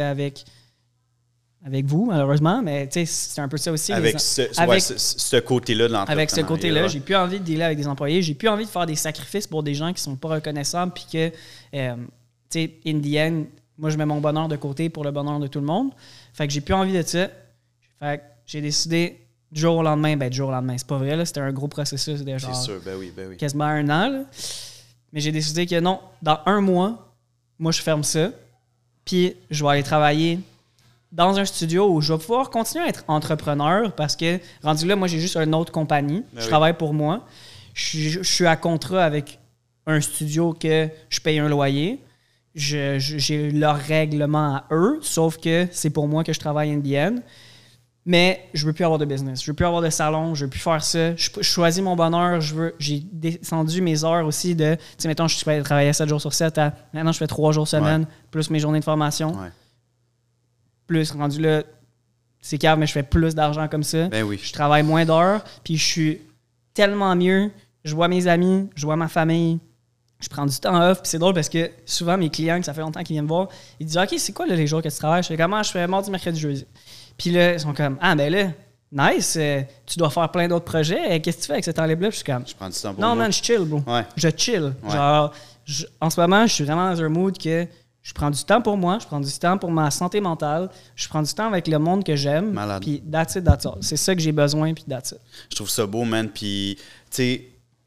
avec vous, malheureusement. Mais, tu sais, c'est un peu ça aussi. Avec ce côté-là de l'entrepreneur. Avec ce côté-là. J'ai plus envie de dealer avec des employés. J'ai plus envie de faire des sacrifices pour des gens qui sont pas reconnaissables. Puis que, tu sais, in the end, moi, je mets mon bonheur de côté pour le bonheur de tout le monde. Fait que j'ai plus envie de ça. Fait que j'ai décidé du jour au lendemain. Ben, du jour au lendemain, c'est pas vrai. Là, c'était un gros processus de genre. C'est sûr, ben oui. Quasiment 1 an. Là. Mais j'ai décidé que non, dans 1 mois, moi, je ferme ça. Puis, je vais aller travailler dans un studio où je vais pouvoir continuer à être entrepreneur parce que, rendu là, moi, j'ai juste une autre compagnie. Je travaille pour moi. Je suis à contrat avec un studio que je paye un loyer. J'ai leur règlement à eux, sauf que c'est pour moi que je travaille in the end. Mais je veux plus avoir de business. Je veux plus avoir de salon. Je veux plus faire ça. Je choisis mon bonheur. J'ai descendu mes heures aussi de... Tu sais, mettons, je travaillais 7 jours sur 7 à... Maintenant, je fais 3 jours semaine, plus mes journées de formation. Ouais. Plus, rendu là, c'est calme, mais je fais plus d'argent comme ça. Ben oui. Je travaille moins d'heures, puis je suis tellement mieux. Je vois mes amis, je vois ma famille. Je prends du temps off, puis c'est drôle parce que souvent, mes clients, que ça fait longtemps qu'ils viennent me voir, ils disent « OK, c'est quoi là, les jours que tu travailles? » Je fais « Comment? Je fais mardi, mercredi, jeudi. » Puis là, ils sont comme « Ah, ben là, nice, tu dois faire plein d'autres projets. Qu'est-ce que tu fais avec ce temps libre-là? » Puis je suis comme « Je prends du temps pour non, moi. man, je chill, bro. Ouais. Je chill. Ouais. Genre, en ce moment, je suis vraiment dans un mood que je prends du temps pour moi, je prends du temps pour ma santé mentale, je prends du temps avec le monde que j'aime. Malade. Puis that's it, that's all. C'est ça que j'ai besoin, puis that's it. Je trouve ça beau, man. Puis, tu sais,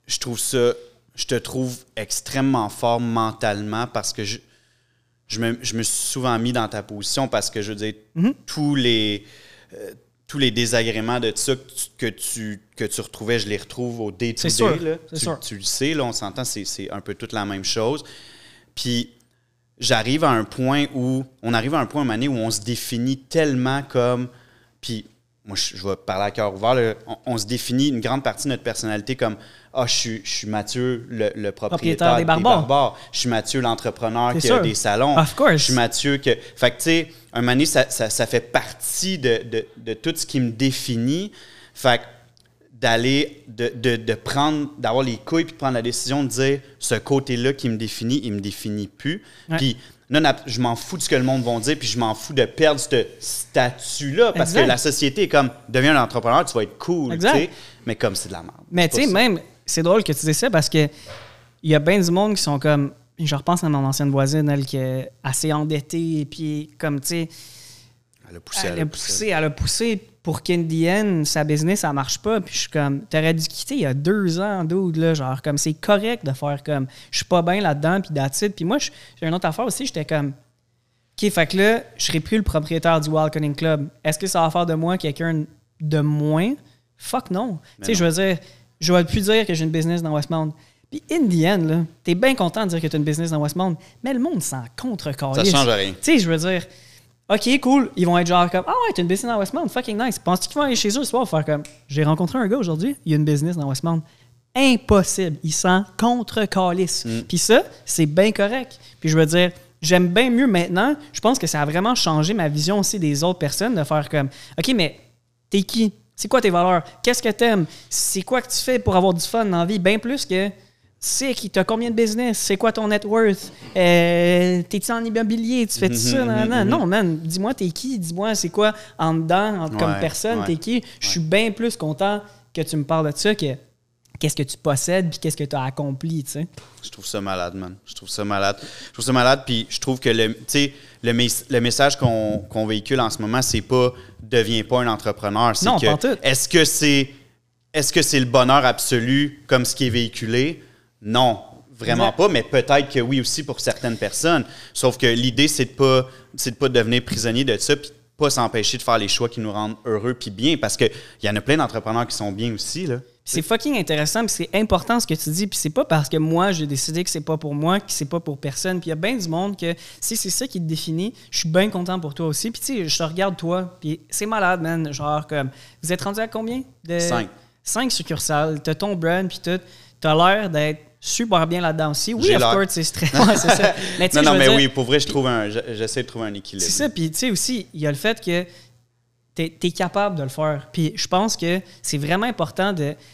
je te trouve extrêmement fort mentalement parce que je me suis souvent mis dans ta position parce que, je veux dire, tous les désagréments de ça que tu retrouvais, je les retrouve au day-to-day. C'est sûr. Là. C'est sûr. Tu le sais, là, on s'entend, c'est un peu toute la même chose. Puis, on arrive à un point où on se définit tellement comme... Puis, moi, je vais parler à cœur ouvert, là, on se définit une grande partie de notre personnalité comme « Ah, je suis Mathieu, le propriétaire des barbares. Je suis Mathieu, l'entrepreneur qui a des salons. Of course. Je suis Mathieu que... » Fait que, tu sais, un moment donné, ça fait partie de tout ce qui me définit. Fait que d'avoir les couilles puis de prendre la décision de dire ce côté-là qui me définit, il me définit plus. Ouais. Puis là, je m'en fous de ce que le monde va dire, puis je m'en fous de perdre ce statut-là parce que la société est comme deviens un entrepreneur, tu vas être cool, tu sais. Mais comme c'est de la merde. Mais tu sais, même, c'est drôle que tu dises ça parce que il y a bien du monde qui sont comme. Je repense à mon ancienne voisine, elle qui est assez endettée, et puis comme tu sais. Elle a poussé pour qu'Indienne, sa business, ça marche pas. Puis je suis comme, t'aurais dû quitter il y a 2 ans, dude, là. Genre, comme, c'est correct de faire comme, je suis pas bien là-dedans, puis that's it. Puis moi, j'ai une autre affaire aussi, j'étais comme, OK, fait que là, je serais plus le propriétaire du Wild Cunning Club. Est-ce que ça va faire de moi quelqu'un de moins? Fuck non. Tu sais, je veux dire, je vais plus dire que j'ai une business dans Westmount. Puis Indienne, là, t'es bien content de dire que t'as une business dans Westmount, mais le monde s'en contre-calisse. Ça change rien. Tu sais, je veux dire... OK, cool. Ils vont être genre comme « Ah ouais, t'as une business dans Westmount, fucking nice. » Penses-tu qu'ils vont aller chez eux ce soir faire comme « J'ai rencontré un gars aujourd'hui, il y a une business dans Westmount. » Impossible. Ils s'en contre-calissent. Puis ça, c'est bien correct. Puis je veux dire, j'aime bien mieux maintenant. Je pense que ça a vraiment changé ma vision aussi des autres personnes de faire comme « OK, mais t'es qui? C'est quoi tes valeurs? Qu'est-ce que t'aimes? C'est quoi que tu fais pour avoir du fun dans la vie? » Bien plus que... C'est qui t'as combien de business? C'est quoi ton net worth? T'es-tu en immobilier? Tu fais ça? Non, man. Dis-moi, t'es qui? Dis-moi, c'est quoi en dedans, comme personne? T'es qui? Je suis bien plus content que tu me parles de ça que qu'est-ce que tu possèdes puis qu'est-ce que tu as accompli, tu sais. Je trouve ça malade, man. Je trouve ça malade, puis je trouve que le message qu'on véhicule en ce moment, c'est pas « deviens pas un entrepreneur », c'est non, que pas tout. est-ce que c'est le bonheur absolu comme ce qui est véhiculé? Non, vraiment pas, mais peut-être que oui aussi pour certaines personnes. Sauf que l'idée, c'est de pas devenir prisonnier de ça puis pas s'empêcher de faire les choix qui nous rendent heureux puis bien, parce qu'il y en a plein d'entrepreneurs qui sont bien aussi, là. C'est fucking intéressant, puis c'est important ce que tu dis, puis c'est pas parce que moi, j'ai décidé que c'est pas pour moi, que c'est pas pour personne, puis il y a bien du monde que si c'est ça qui te définit, je suis bien content pour toi aussi, puis tu sais, je te regarde toi, puis c'est malade, man, genre comme, vous êtes rendu à combien? 5 succursales, t'as ton brand, puis tout, t'as l'air d'être super bien là-dedans aussi. Oui, of course, c'est stressant, c'est ça. Mais non, mais oui, pour vrai, j'essaie de trouver un équilibre. C'est ça, puis tu sais aussi, il y a le fait que t'es capable de le faire. Puis je pense que c'est vraiment important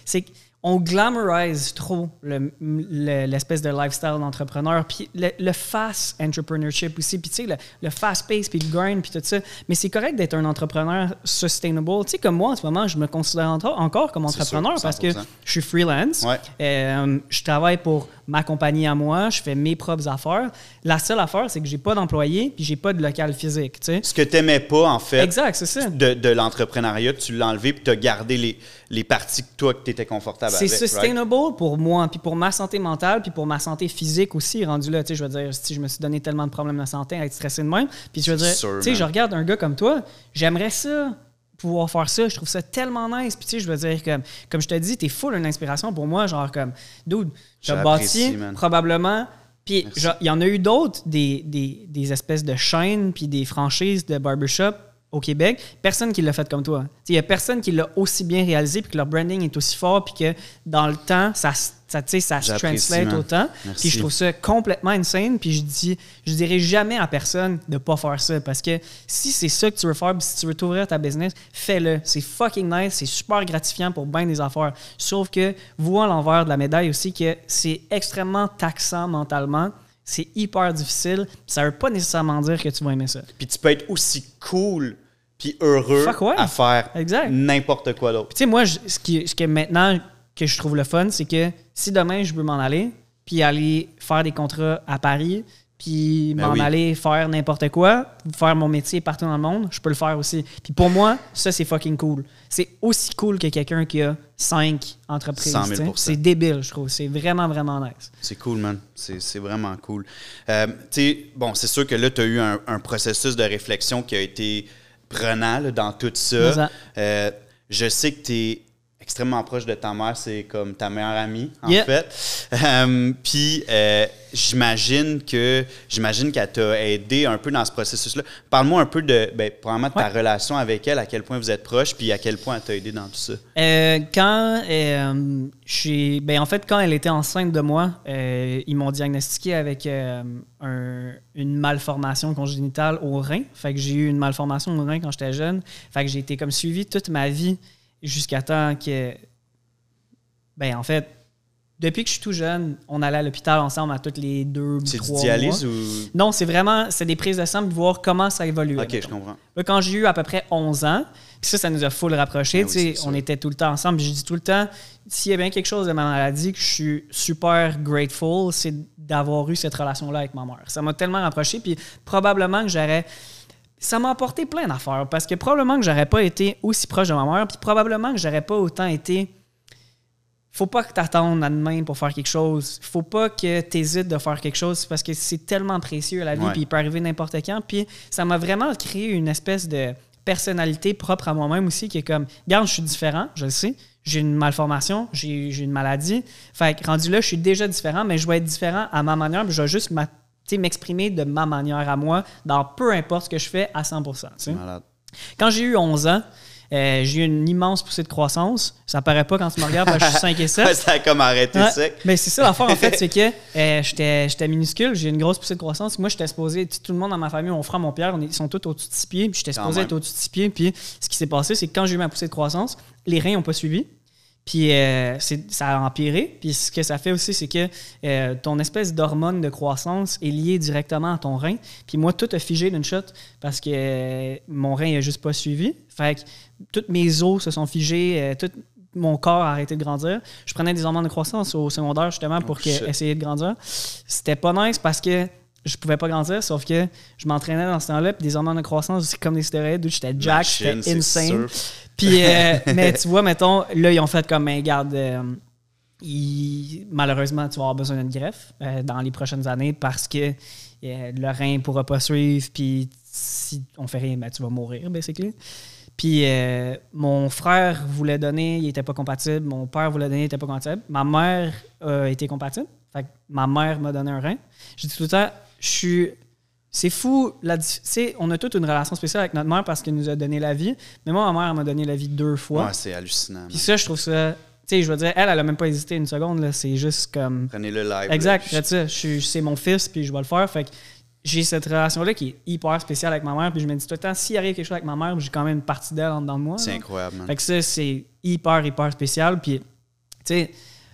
on glamorise trop l'espèce de lifestyle d'entrepreneur, puis le fast entrepreneurship aussi, puis tu sais, le fast pace, puis le grind, puis tout ça. Mais c'est correct d'être un entrepreneur sustainable. Tu sais, comme moi, en ce moment, je me considère encore comme entrepreneur parce que je suis freelance. Ouais. Je travaille pour ma compagnie à moi, je fais mes propres affaires. La seule affaire, c'est que j'ai pas d'employé, puis j'ai pas de local physique, tu sais. Ce que t'aimais pas, en fait, exact, c'est ça. de l'entrepreneuriat, tu l'as enlevé, puis t'as gardé les parties que toi, que t'étais confortable avec. C'est sustainable pour moi, puis pour ma santé mentale, puis pour ma santé physique aussi, rendu là. Tu sais, je veux dire, si je me suis donné tellement de problèmes de santé à être stressé de même, puis je veux dire, tu sais, je regarde un gars comme toi, j'aimerais ça, pouvoir faire ça, je trouve ça tellement nice, puis tu sais, je veux dire, comme je te dis, t'es full une inspiration pour moi, genre comme, dude, t'as bâti, probablement, puis il y en a eu d'autres, des espèces de chaînes, puis des franchises de barbershop au Québec, personne qui l'a fait comme toi. Il n'y a personne qui l'a aussi bien réalisé, puis que leur branding est aussi fort, puis que dans le temps, ça se translate autant. Puis je trouve ça complètement insane, puis je dirais jamais à personne de ne pas faire ça, parce que si c'est ça que tu veux faire, puis si tu veux t'ouvrir ta business, fais-le. C'est fucking nice, c'est super gratifiant pour bien des affaires. Sauf que, vois l'envers de la médaille aussi, que c'est extrêmement taxant mentalement. C'est hyper difficile. Ça ne veut pas nécessairement dire que tu vas aimer ça. Puis tu peux être aussi cool puis heureux à faire n'importe quoi d'autre. Tu sais, moi, ce que maintenant que je trouve le fun, c'est que si demain, je veux m'en aller, puis aller faire des contrats à Paris, puis aller faire n'importe quoi, faire mon métier partout dans le monde, je peux le faire aussi. Puis pour moi, ça, c'est fucking cool. C'est aussi cool que quelqu'un qui a 5 entreprises. 100 000 %. C'est débile, je trouve. C'est vraiment, vraiment nice. C'est cool, man. C'est vraiment cool. Tu sais, bon, c'est sûr que là, tu as eu un processus de réflexion qui a été prenant là, dans tout ça. Je sais que tu es extrêmement proche de ta mère, c'est comme ta meilleure amie, en fait. Puis, j'imagine qu'elle t'a aidé un peu dans ce processus-là. Parle-moi un peu probablement de ta relation avec elle, à quel point vous êtes proches, puis à quel point elle t'a aidé dans tout ça. En fait, quand elle était enceinte de moi, ils m'ont diagnostiqué avec une malformation congénitale au rein. Fait que j'ai eu une malformation au rein quand j'étais jeune. Fait que j'ai été comme suivi toute ma vie jusqu'à temps que... en fait, depuis que je suis tout jeune, on allait à l'hôpital ensemble à toutes les 2 ou 3 mois. C'est du dialyse ou... Non, c'est des prises de sang pour voir comment ça évolue. OK, je comprends. Là, quand j'ai eu à peu près 11 ans, puis ça nous a full rapprochés. On était tout le temps ensemble. Puis je dis tout le temps, s'il y a bien quelque chose de ma maladie que je suis super grateful, c'est d'avoir eu cette relation-là avec ma mère. Ça m'a tellement rapproché. Puis probablement que ça m'a apporté plein d'affaires parce que probablement que j'aurais pas été aussi proche de ma mère, puis probablement que j'aurais pas autant été... Faut pas que tu attendes à demain pour faire quelque chose. Faut pas que tu hésites de faire quelque chose parce que c'est tellement précieux à la vie, puis il peut arriver n'importe quand. Puis ça m'a vraiment créé une espèce de personnalité propre à moi-même aussi qui est comme, regarde, je suis différent, je le sais, j'ai une malformation, j'ai une maladie. Fait que rendu là, je suis déjà différent, mais je vais être différent à ma manière, puis je vais juste m'exprimer de ma manière à moi dans peu importe ce que je fais à 100%. C'est malade. Quand j'ai eu 11 ans, j'ai eu une immense poussée de croissance. Ça paraît pas quand tu me regardes parce que je suis 5 et 7. Ça a comme arrêté sec. Mais c'est ça l'affaire en fait, c'est que j'étais minuscule, j'ai une grosse poussée de croissance. Moi, j'étais supposé, tout le monde dans ma famille, mon frère, mon père, ils sont tous au-dessus de 6 pieds. Puis j'étais supposé être au-dessus de 6 pieds. Puis ce qui s'est passé, c'est que quand j'ai eu ma poussée de croissance, les reins n'ont pas suivi. Puis ça a empiré. Puis ce que ça fait aussi, c'est que ton espèce d'hormone de croissance est liée directement à ton rein. Puis moi, tout a figé d'une shot parce que mon rein n'a juste pas suivi. Fait que toutes mes os se sont figés. mon corps a arrêté de grandir. Je prenais des hormones de croissance au secondaire, justement, pour essayer de grandir. C'était pas nice parce que je pouvais pas grandir, sauf que je m'entraînais dans ce temps-là, puis des hormones de croissance, c'est comme des stéroïdes, j'étais jack, j'étais insane. Puis, mais tu vois, mettons, là, ils ont fait comme, garde, malheureusement, tu vas avoir besoin d'une greffe dans les prochaines années parce que le rein ne pourra pas suivre, puis si on fait rien, tu vas mourir, basically. Puis mon frère voulait donner, il n'était pas compatible. Mon père voulait donner, il n'était pas compatible. Ma mère a été compatible. Fait que ma mère m'a donné un rein. Je dis tout le temps, c'est fou. On a toute une relation spéciale avec notre mère parce qu'elle nous a donné la vie. Mais moi, ma mère, elle m'a donné la vie 2 fois. Ouais, c'est hallucinant. Puis ça, je trouve ça... Tu sais, je veux dire, elle a même pas hésité une seconde. Là. C'est juste comme... Prenez-le live. Exact. C'est mon fils, puis je vais le faire. Fait que j'ai cette relation-là qui est hyper spéciale avec ma mère. Puis je me dis tout le temps, s'il arrive quelque chose avec ma mère, j'ai quand même une partie d'elle en dedans de moi. C'est incroyable, man. Fait que ça, c'est hyper spécial. Puis, tu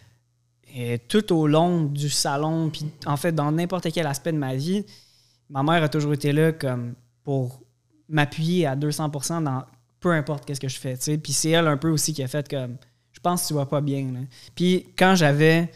sais, tout au long du salon, puis en fait, dans n'importe quel aspect de ma vie, ma mère a toujours été là comme pour m'appuyer à 200% dans peu importe qu'est-ce que je fais. Tu sais. Puis c'est elle un peu aussi qui a fait comme, je pense que tu vas pas bien. Là. Puis quand j'avais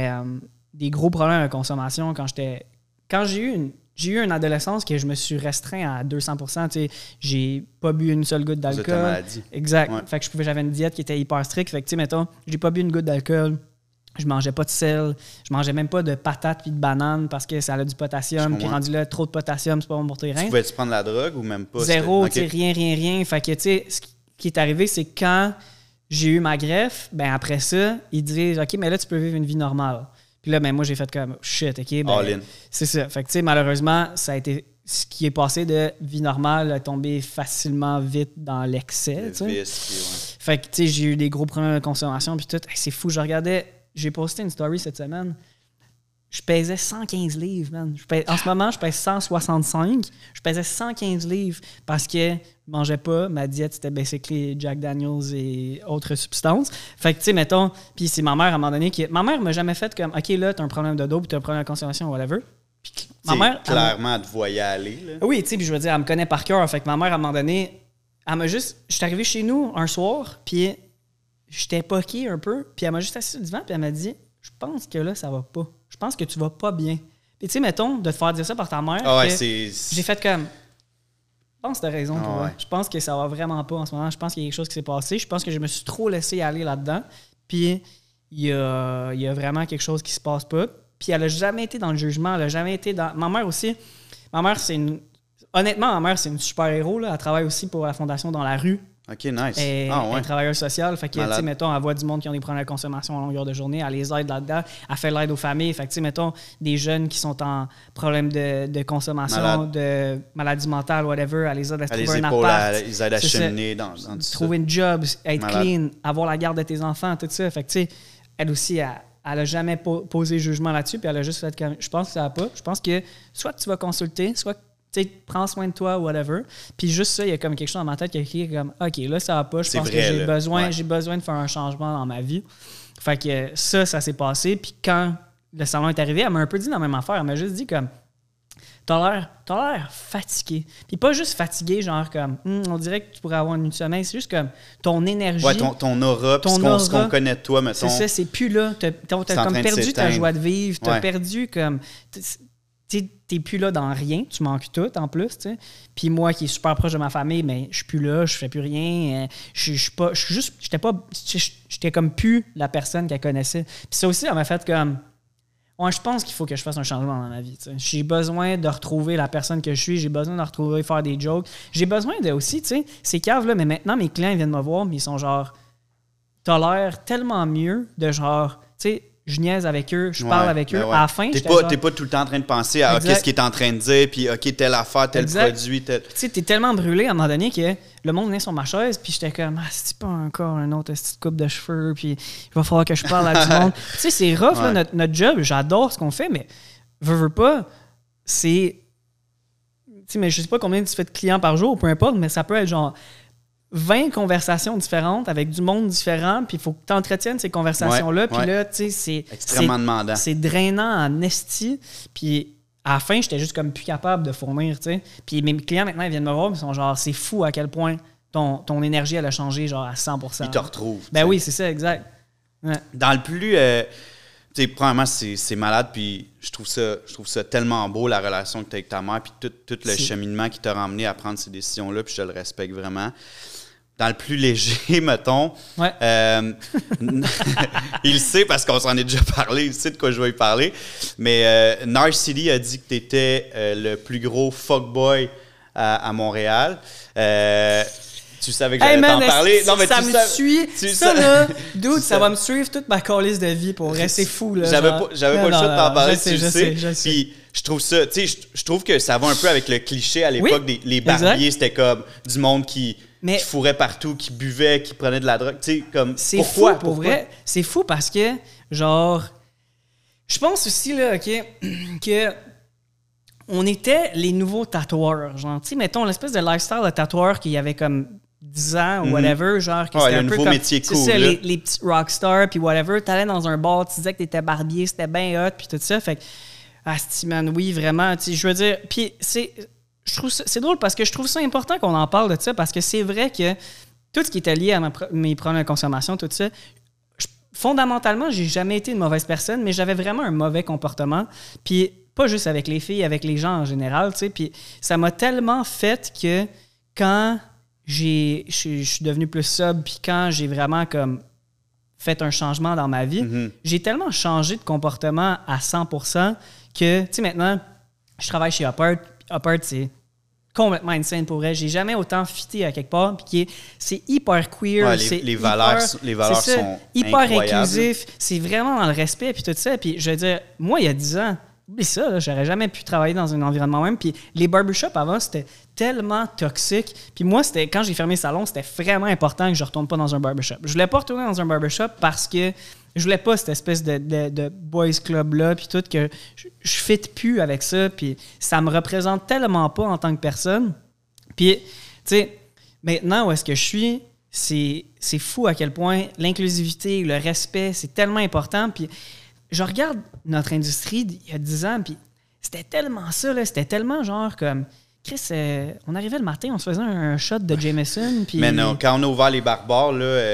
des gros problèmes de consommation, quand j'ai eu une adolescence que je me suis restreint à 200%. Tu sais, j'ai pas bu une seule goutte d'alcool. Vous êtes maladie. Exact. Ouais. Fait que j'avais une diète qui était hyper stricte. Fait que, tu sais, mettons, j'ai pas bu une goutte d'alcool. Je mangeais pas de sel. Je mangeais même pas de patates puis de bananes parce que ça a du potassium. Puis rendu là, trop de potassium, c'est pas bon pour tes reins. Tu pouvais-tu prendre la drogue ou même pas? Zéro, tu sais, rien. Fait que, tu sais, ce qui est arrivé, c'est que quand j'ai eu ma greffe, ben après ça, ils disent « OK, mais là, tu peux vivre une vie normale. » Puis là, ben moi, j'ai fait comme shit, OK? Ben, all in. C'est ça. Fait que, tu sais, malheureusement, ça a été ce qui est passé de vie normale à tomber facilement vite dans l'excès. Fait que, tu sais, j'ai eu des gros problèmes de consommation. Puis tout. Hey, c'est fou. J'ai posté une story cette semaine. Je pesais 115 livres, man. En ce moment, je pèse 165. Je pesais 115 livres parce que je mangeais pas. Ma diète, c'était basically Jack Daniels et autres substances. Fait que, tu sais, mettons, puis c'est ma mère, à un moment donné, ma mère m'a jamais fait comme, OK, là, t'as un problème de dos, puis t'as un problème de consommation, whatever. Puis ma mère... Clairement, elle te voyait aller, là. Oui, tu sais, puis je veux dire, elle me connaît par cœur. Fait que ma mère, à un moment donné, elle m'a juste... Je suis arrivé chez nous un soir, puis j'étais poqué un peu, puis elle m'a juste assis sur le divan, puis elle m'a dit, je pense que là, ça va pas. Je pense que tu vas pas bien. Puis tu sais, mettons, de te faire dire ça par ta mère, j'ai fait comme... Je pense que t'as raison, toi. Je pense que ça va vraiment pas en ce moment. Je pense qu'il y a quelque chose qui s'est passé. Je pense que je me suis trop laissé aller là-dedans. Puis il y a vraiment quelque chose qui se passe pas. Puis elle a jamais été dans le jugement. Elle a jamais été dans... Ma mère aussi. Ma mère, honnêtement, ma mère, c'est une super-héros. Là. Elle travaille aussi pour la Fondation Dans la rue. OK, nice. Elle est travailleuse sociale. Fait que, tu sais, mettons, elle voit du monde qui ont des problèmes de consommation à longueur de journée. Elle les aide là-dedans. Elle fait l'aide aux familles. Fait que, tu sais, mettons, des jeunes qui sont en problème de consommation, de maladie mentale, whatever. Elle les aide à se trouver un appart. Ils aident à cheminer dans trouver une job, être clean, avoir la garde de tes enfants, tout ça. Fait que, tu sais, elle aussi, elle a jamais posé jugement là-dessus. Puis elle a juste fait comme, je pense que ça va pas. Je pense que soit tu vas consulter, soit tu sais, prends soin de toi, whatever. Puis juste ça, il y a comme quelque chose dans ma tête qui a crié comme, OK, là, ça va pas. Je pense que j'ai besoin de faire un changement dans ma vie. Fait que ça s'est passé. Puis quand le salon est arrivé, elle m'a un peu dit la même affaire. Elle m'a juste dit comme, t'as l'air fatigué. Puis pas juste fatigué, genre comme, on dirait que tu pourrais avoir une sommeil. C'est juste comme ton énergie. Ouais, ton aura, puis ce qu'on connaît de toi, mettons. C'est ça, c'est plus là. T'as comme perdu ta joie de vivre. T'as perdu comme... T'es plus là dans rien, tu manques tout en plus, tu sais. Puis moi qui est super proche de ma famille, mais je suis plus là, je fais plus rien. J'étais comme plus la personne qu'elle connaissait. Puis ça aussi, ça m'a fait comme, ouais, je pense qu'il faut que je fasse un changement dans ma vie, tu sais. J'ai besoin de retrouver la personne que je suis, j'ai besoin de retrouver, faire des jokes. J'ai besoin de aussi, tu sais, ces caves là, mais maintenant mes clients ils viennent me voir, mais ils sont genre, t'as l'air tellement mieux de genre, tu sais, je niaise avec eux, je parle avec eux. À la fin, t'es pas tout le temps en train de penser à qu'est-ce qu'il est en train de dire, puis OK, telle affaire, tel produit, tel... Tu sais, t'es tellement brûlé à un moment donné que le monde venait sur ma chaise, puis j'étais comme, c'est pas encore une autre petite coupe de cheveux, puis il va falloir que je parle à du monde. Tu sais, c'est rough, là, notre job, j'adore ce qu'on fait, mais veux pas, c'est... Tu sais, mais je sais pas combien tu fais de clients par jour, peu importe, mais ça peut être genre 20 conversations différentes avec du monde différent, puis il faut que tu entretiennes ces conversations-là. Puis là, tu sais, c'est extrêmement demandant. C'est drainant en esti. Puis à la fin, j'étais juste comme plus capable de fournir, tu sais. Puis mes clients, maintenant, ils viennent me voir, ils sont genre, c'est fou à quel point ton énergie, elle a changé genre à 100%. Il te retrouve. Ben oui, c'est ça, exact. Ouais. Dans le plus... tu sais, premièrement, c'est malade, puis je trouve ça tellement beau, la relation que tu as avec ta mère, puis tout le cheminement qui t'a ramené à prendre ces décisions-là, puis je le respecte vraiment. Dans le plus léger, mettons, ouais. Il le sait parce qu'on s'en est déjà parlé, il sait de quoi je vais lui parler, mais Narcity a dit que tu étais le plus gros fuckboy à Montréal. Tu savais que j'allais t'en parler. Non, mais ça me suit. Ça, là, dude, ça va me suivre toute ma calice de vie pour vrai. C'est fou, là. J'avais pas le choix de t'en parler, je sais. Puis je trouve ça, tu sais, je trouve que ça va un peu avec le cliché à l'époque les barbiers, c'était comme du monde qui fourrait partout, qui buvait, qui prenait de la drogue. Tu sais, comme. C'est fou, pour vrai. C'est fou parce que, genre, je pense aussi, là, que on était les nouveaux tatoueurs. Genre, tu sais, mettons, l'espèce de lifestyle de tatoueur qu'il y avait comme 10 ans ou whatever, genre, que c'était un peu comme... métier cool, c'est ça, les petits rockstars, puis whatever. T'allais dans un bar, tu disais que t'étais barbier, c'était bien hot, puis tout ça. Fait que, asti, man, oui, vraiment, tu sais, je veux dire... Puis je trouve ça, c'est drôle parce que je trouve ça important qu'on en parle de ça, parce que c'est vrai que tout ce qui était lié à mes problèmes de consommation, tout ça, fondamentalement, j'ai jamais été une mauvaise personne, mais j'avais vraiment un mauvais comportement. Puis pas juste avec les filles, avec les gens en général, tu sais. Puis ça m'a tellement fait que quand je suis devenu plus sobre, puis quand j'ai vraiment comme fait un changement dans ma vie, j'ai tellement changé de comportement à 100% que, tu sais, maintenant, je travaille chez Upart. Upart, c'est complètement insane pour vrai. J'ai jamais autant fité à quelque part, puis c'est hyper queer. Ouais, les valeurs sont hyper incroyables. Inclusif. C'est vraiment dans le respect, puis tout ça. Puis je veux dire, moi, il y a 10 ans, oublie ça, là, j'aurais jamais pu travailler dans un environnement même. Puis les barbershops avant, c'était tellement toxique. Puis moi, quand j'ai fermé le salon, c'était vraiment important que je retourne pas dans un barbershop. Je voulais pas retourner dans un barbershop parce que je voulais pas cette espèce de boys club-là, puis tout, que je fit plus avec ça, puis ça me représente tellement pas en tant que personne. Puis, tu sais, maintenant où est-ce que je suis, c'est fou à quel point l'inclusivité, le respect, c'est tellement important. Puis je regarde notre industrie il y a 10 ans, puis c'était tellement ça, là, c'était tellement genre comme... Chris, on arrivait le matin, on se faisait un shot de Jameson. Puis... Mais non, quand on a ouvert les barbares,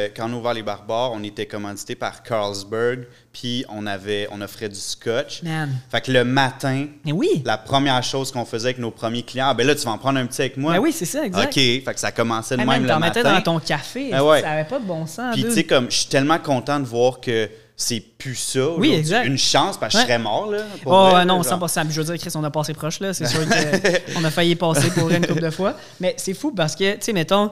on était commandité par Carlsberg, puis on offrait du scotch. Man. Fait que le matin, oui. La première chose qu'on faisait avec nos premiers clients, ben là, tu vas en prendre un petit avec moi. Ben oui, c'est ça, exact. OK, fait que ça commençait de même le matin. Tu mettais dans ton café, ça n'avait pas de bon sens. Puis tu sais, comme, je suis tellement content de voir que c'est plus ça. Oui, exact. Une chance, parce que je serais mort, là. Non, 100%. Je veux dire, Chris, on a passé proche, là. C'est sûr qu'on a failli passer pour une couple de fois. Mais c'est fou parce que, tu sais, mettons,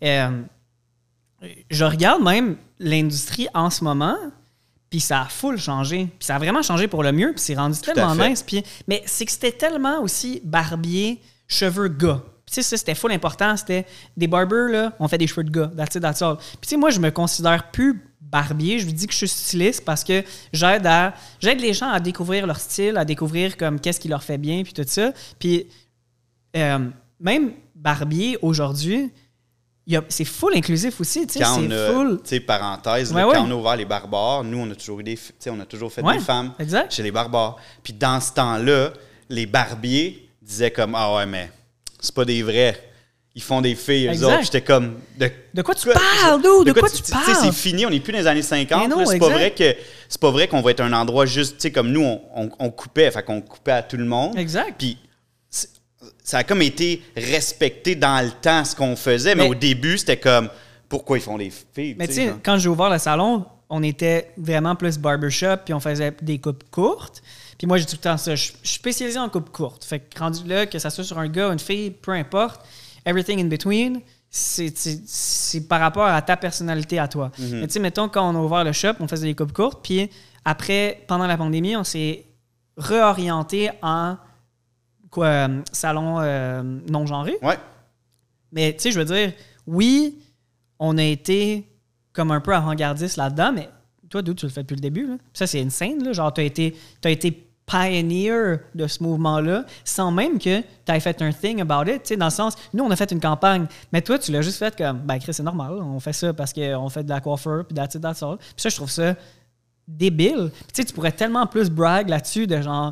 je regarde même l'industrie en ce moment, puis ça a full changé. Puis ça a vraiment changé pour le mieux, puis c'est rendu tellement nice. Mais c'est que c'était tellement aussi barbier, cheveux gars. Tu sais, ça, c'était full important. C'était des barbers, là, on fait des cheveux de gars. That's all. Puis tu sais, moi, je me considère plus barbier, je lui dis que je suis styliste parce que j'aide les gens à découvrir leur style, à découvrir comme qu'est-ce qui leur fait bien, puis tout ça. Puis même barbier aujourd'hui, c'est full inclusif aussi, tu sais, c'est full. Tu sais, parenthèse, quand on a ouvert les barbares, nous, on a toujours fait des femmes chez les barbares. Puis dans ce temps-là, les barbiers disaient comme « Ah ouais, mais c'est pas des vrais. Ils font des filles, eux autres. » J'étais comme... De quoi tu parles, d'où? De quoi tu parles? Tu sais, c'est fini, on n'est plus dans les années 50. Non, c'est pas vrai qu'on va être un endroit juste... Tu sais, comme nous, on coupait, fait qu'on coupait à tout le monde. Exact. Puis ça a comme été respecté dans le temps, ce qu'on faisait, mais au début, c'était comme... Pourquoi ils font des filles? Mais tu sais, quand j'ai ouvert le salon, on était vraiment plus barbershop, puis on faisait des coupes courtes. Puis moi, j'ai tout le temps ça. Je suis spécialisé en coupes courtes. Fait que rendu là, que ça soit sur un gars ou une fille, peu importe... Everything in between, c'est par rapport à ta personnalité à toi. Mais tu sais, mettons, quand on a ouvert le shop, on faisait des coupes courtes, puis après, pendant la pandémie, on s'est réorienté en salon non-genré. Ouais. Mais tu sais, je veux dire, oui, on a été comme un peu avant-gardiste là-dedans, mais toi, d'où tu le fais depuis le début, là. Ça, c'est insane, là. Genre, t'as été pioneer de ce mouvement-là, sans même que tu aies fait un thing about it, tu sais, dans le sens, nous, on a fait une campagne, mais toi, tu l'as juste fait comme, ben, Chris, c'est normal, on fait ça parce qu'on fait de la coiffeur, puis that's all. Puis ça, je trouve ça débile. Puis tu sais, tu pourrais tellement plus brag là-dessus de genre,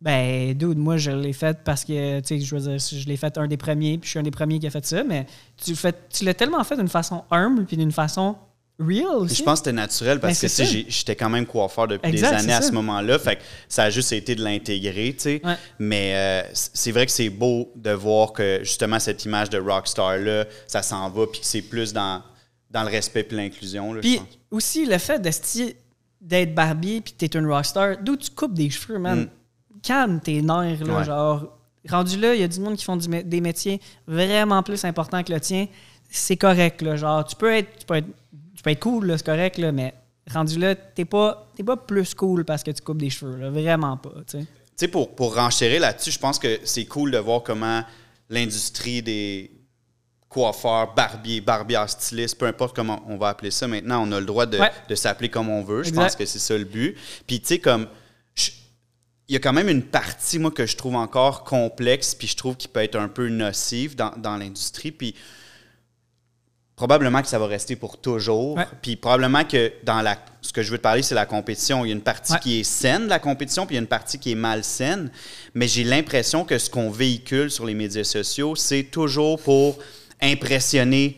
Ben, dude, moi, je l'ai fait parce que, tu sais, je veux dire, je l'ai fait un des premiers, puis je suis un des premiers qui a fait ça, mais tu l'as tellement fait d'une façon humble, puis d'une façon real aussi. Je pense que c'était naturel parce que j'étais quand même coiffeur depuis des années à ce moment-là. Fait que ça a juste été de l'intégrer, tu sais. Ouais. Mais c'est vrai que c'est beau de voir que justement cette image de rockstar-là, ça s'en va puis que c'est plus dans le respect et l'inclusion. Puis aussi le fait d'être Barbie puis que t'es une rockstar, d'où tu coupes des cheveux, man. Calme tes nerfs, là, genre. Rendu là, il y a du monde qui font des métiers vraiment plus importants que le tien. C'est correct, là. Genre, tu peux être cool, là, c'est correct, là, mais rendu là, t'es pas plus cool parce que tu coupes des cheveux, là, vraiment pas, tu sais. Tu sais, pour renchérir là-dessus, je pense que c'est cool de voir comment l'industrie des coiffeurs, barbières, stylistes, peu importe comment on va appeler ça maintenant, on a le droit de s'appeler comme on veut. Je pense que c'est ça le but. Puis, tu sais, comme... Il y a quand même une partie, moi, que je trouve encore complexe, puis je trouve qu'il peut être un peu nocive dans l'industrie, puis... Probablement que ça va rester pour toujours. Ouais. Puis probablement que ce que je veux te parler, c'est la compétition. Il y a une partie qui est saine de la compétition, puis il y a une partie qui est malsaine. Mais j'ai l'impression que ce qu'on véhicule sur les médias sociaux, c'est toujours pour impressionner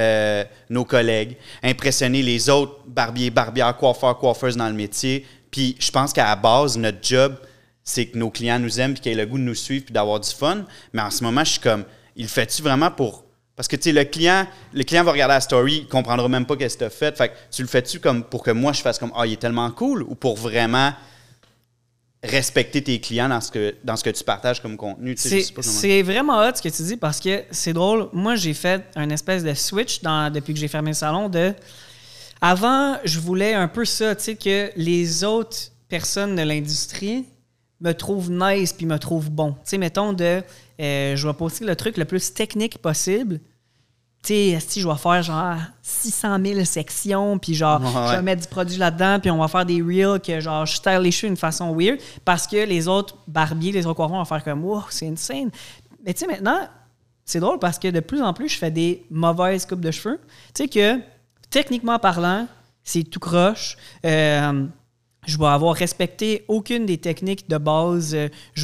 nos collègues, impressionner les autres barbières, coiffeurs, coiffeuses dans le métier. Puis je pense qu'à la base, notre job, c'est que nos clients nous aiment, puis qu'ils aient le goût de nous suivre, puis d'avoir du fun. Mais en ce moment, je suis comme, il le fait-tu vraiment pour... Parce que, tu sais, le client va regarder la story, il ne comprendra même pas qu'est-ce que tu as fait. Fait que tu le fais-tu comme pour que moi, je fasse comme « Ah, il est tellement cool » ou pour vraiment respecter tes clients dans ce que tu partages comme contenu? C'est vraiment hot ce que tu dis parce que c'est drôle. Moi, j'ai fait un espèce de switch depuis que j'ai fermé le salon Avant, je voulais un peu ça, tu sais, que les autres personnes de l'industrie me trouvent nice puis me trouvent bon. Tu sais, mettons je vais poster le truc le plus technique possible. Tu sais, si je vais faire genre 600 000 sections, puis genre, je vais mettre du produit là-dedans, puis on va faire des reels que genre, je style les cheveux d'une façon weird, parce que les autres barbiers, les autres coiffeurs vont faire comme, wow, c'est insane. Mais tu sais, maintenant, c'est drôle parce que de plus en plus, je fais des mauvaises coupes de cheveux. Tu sais que, techniquement parlant, c'est tout croche. Je vais avoir respecté aucune des techniques de base. Je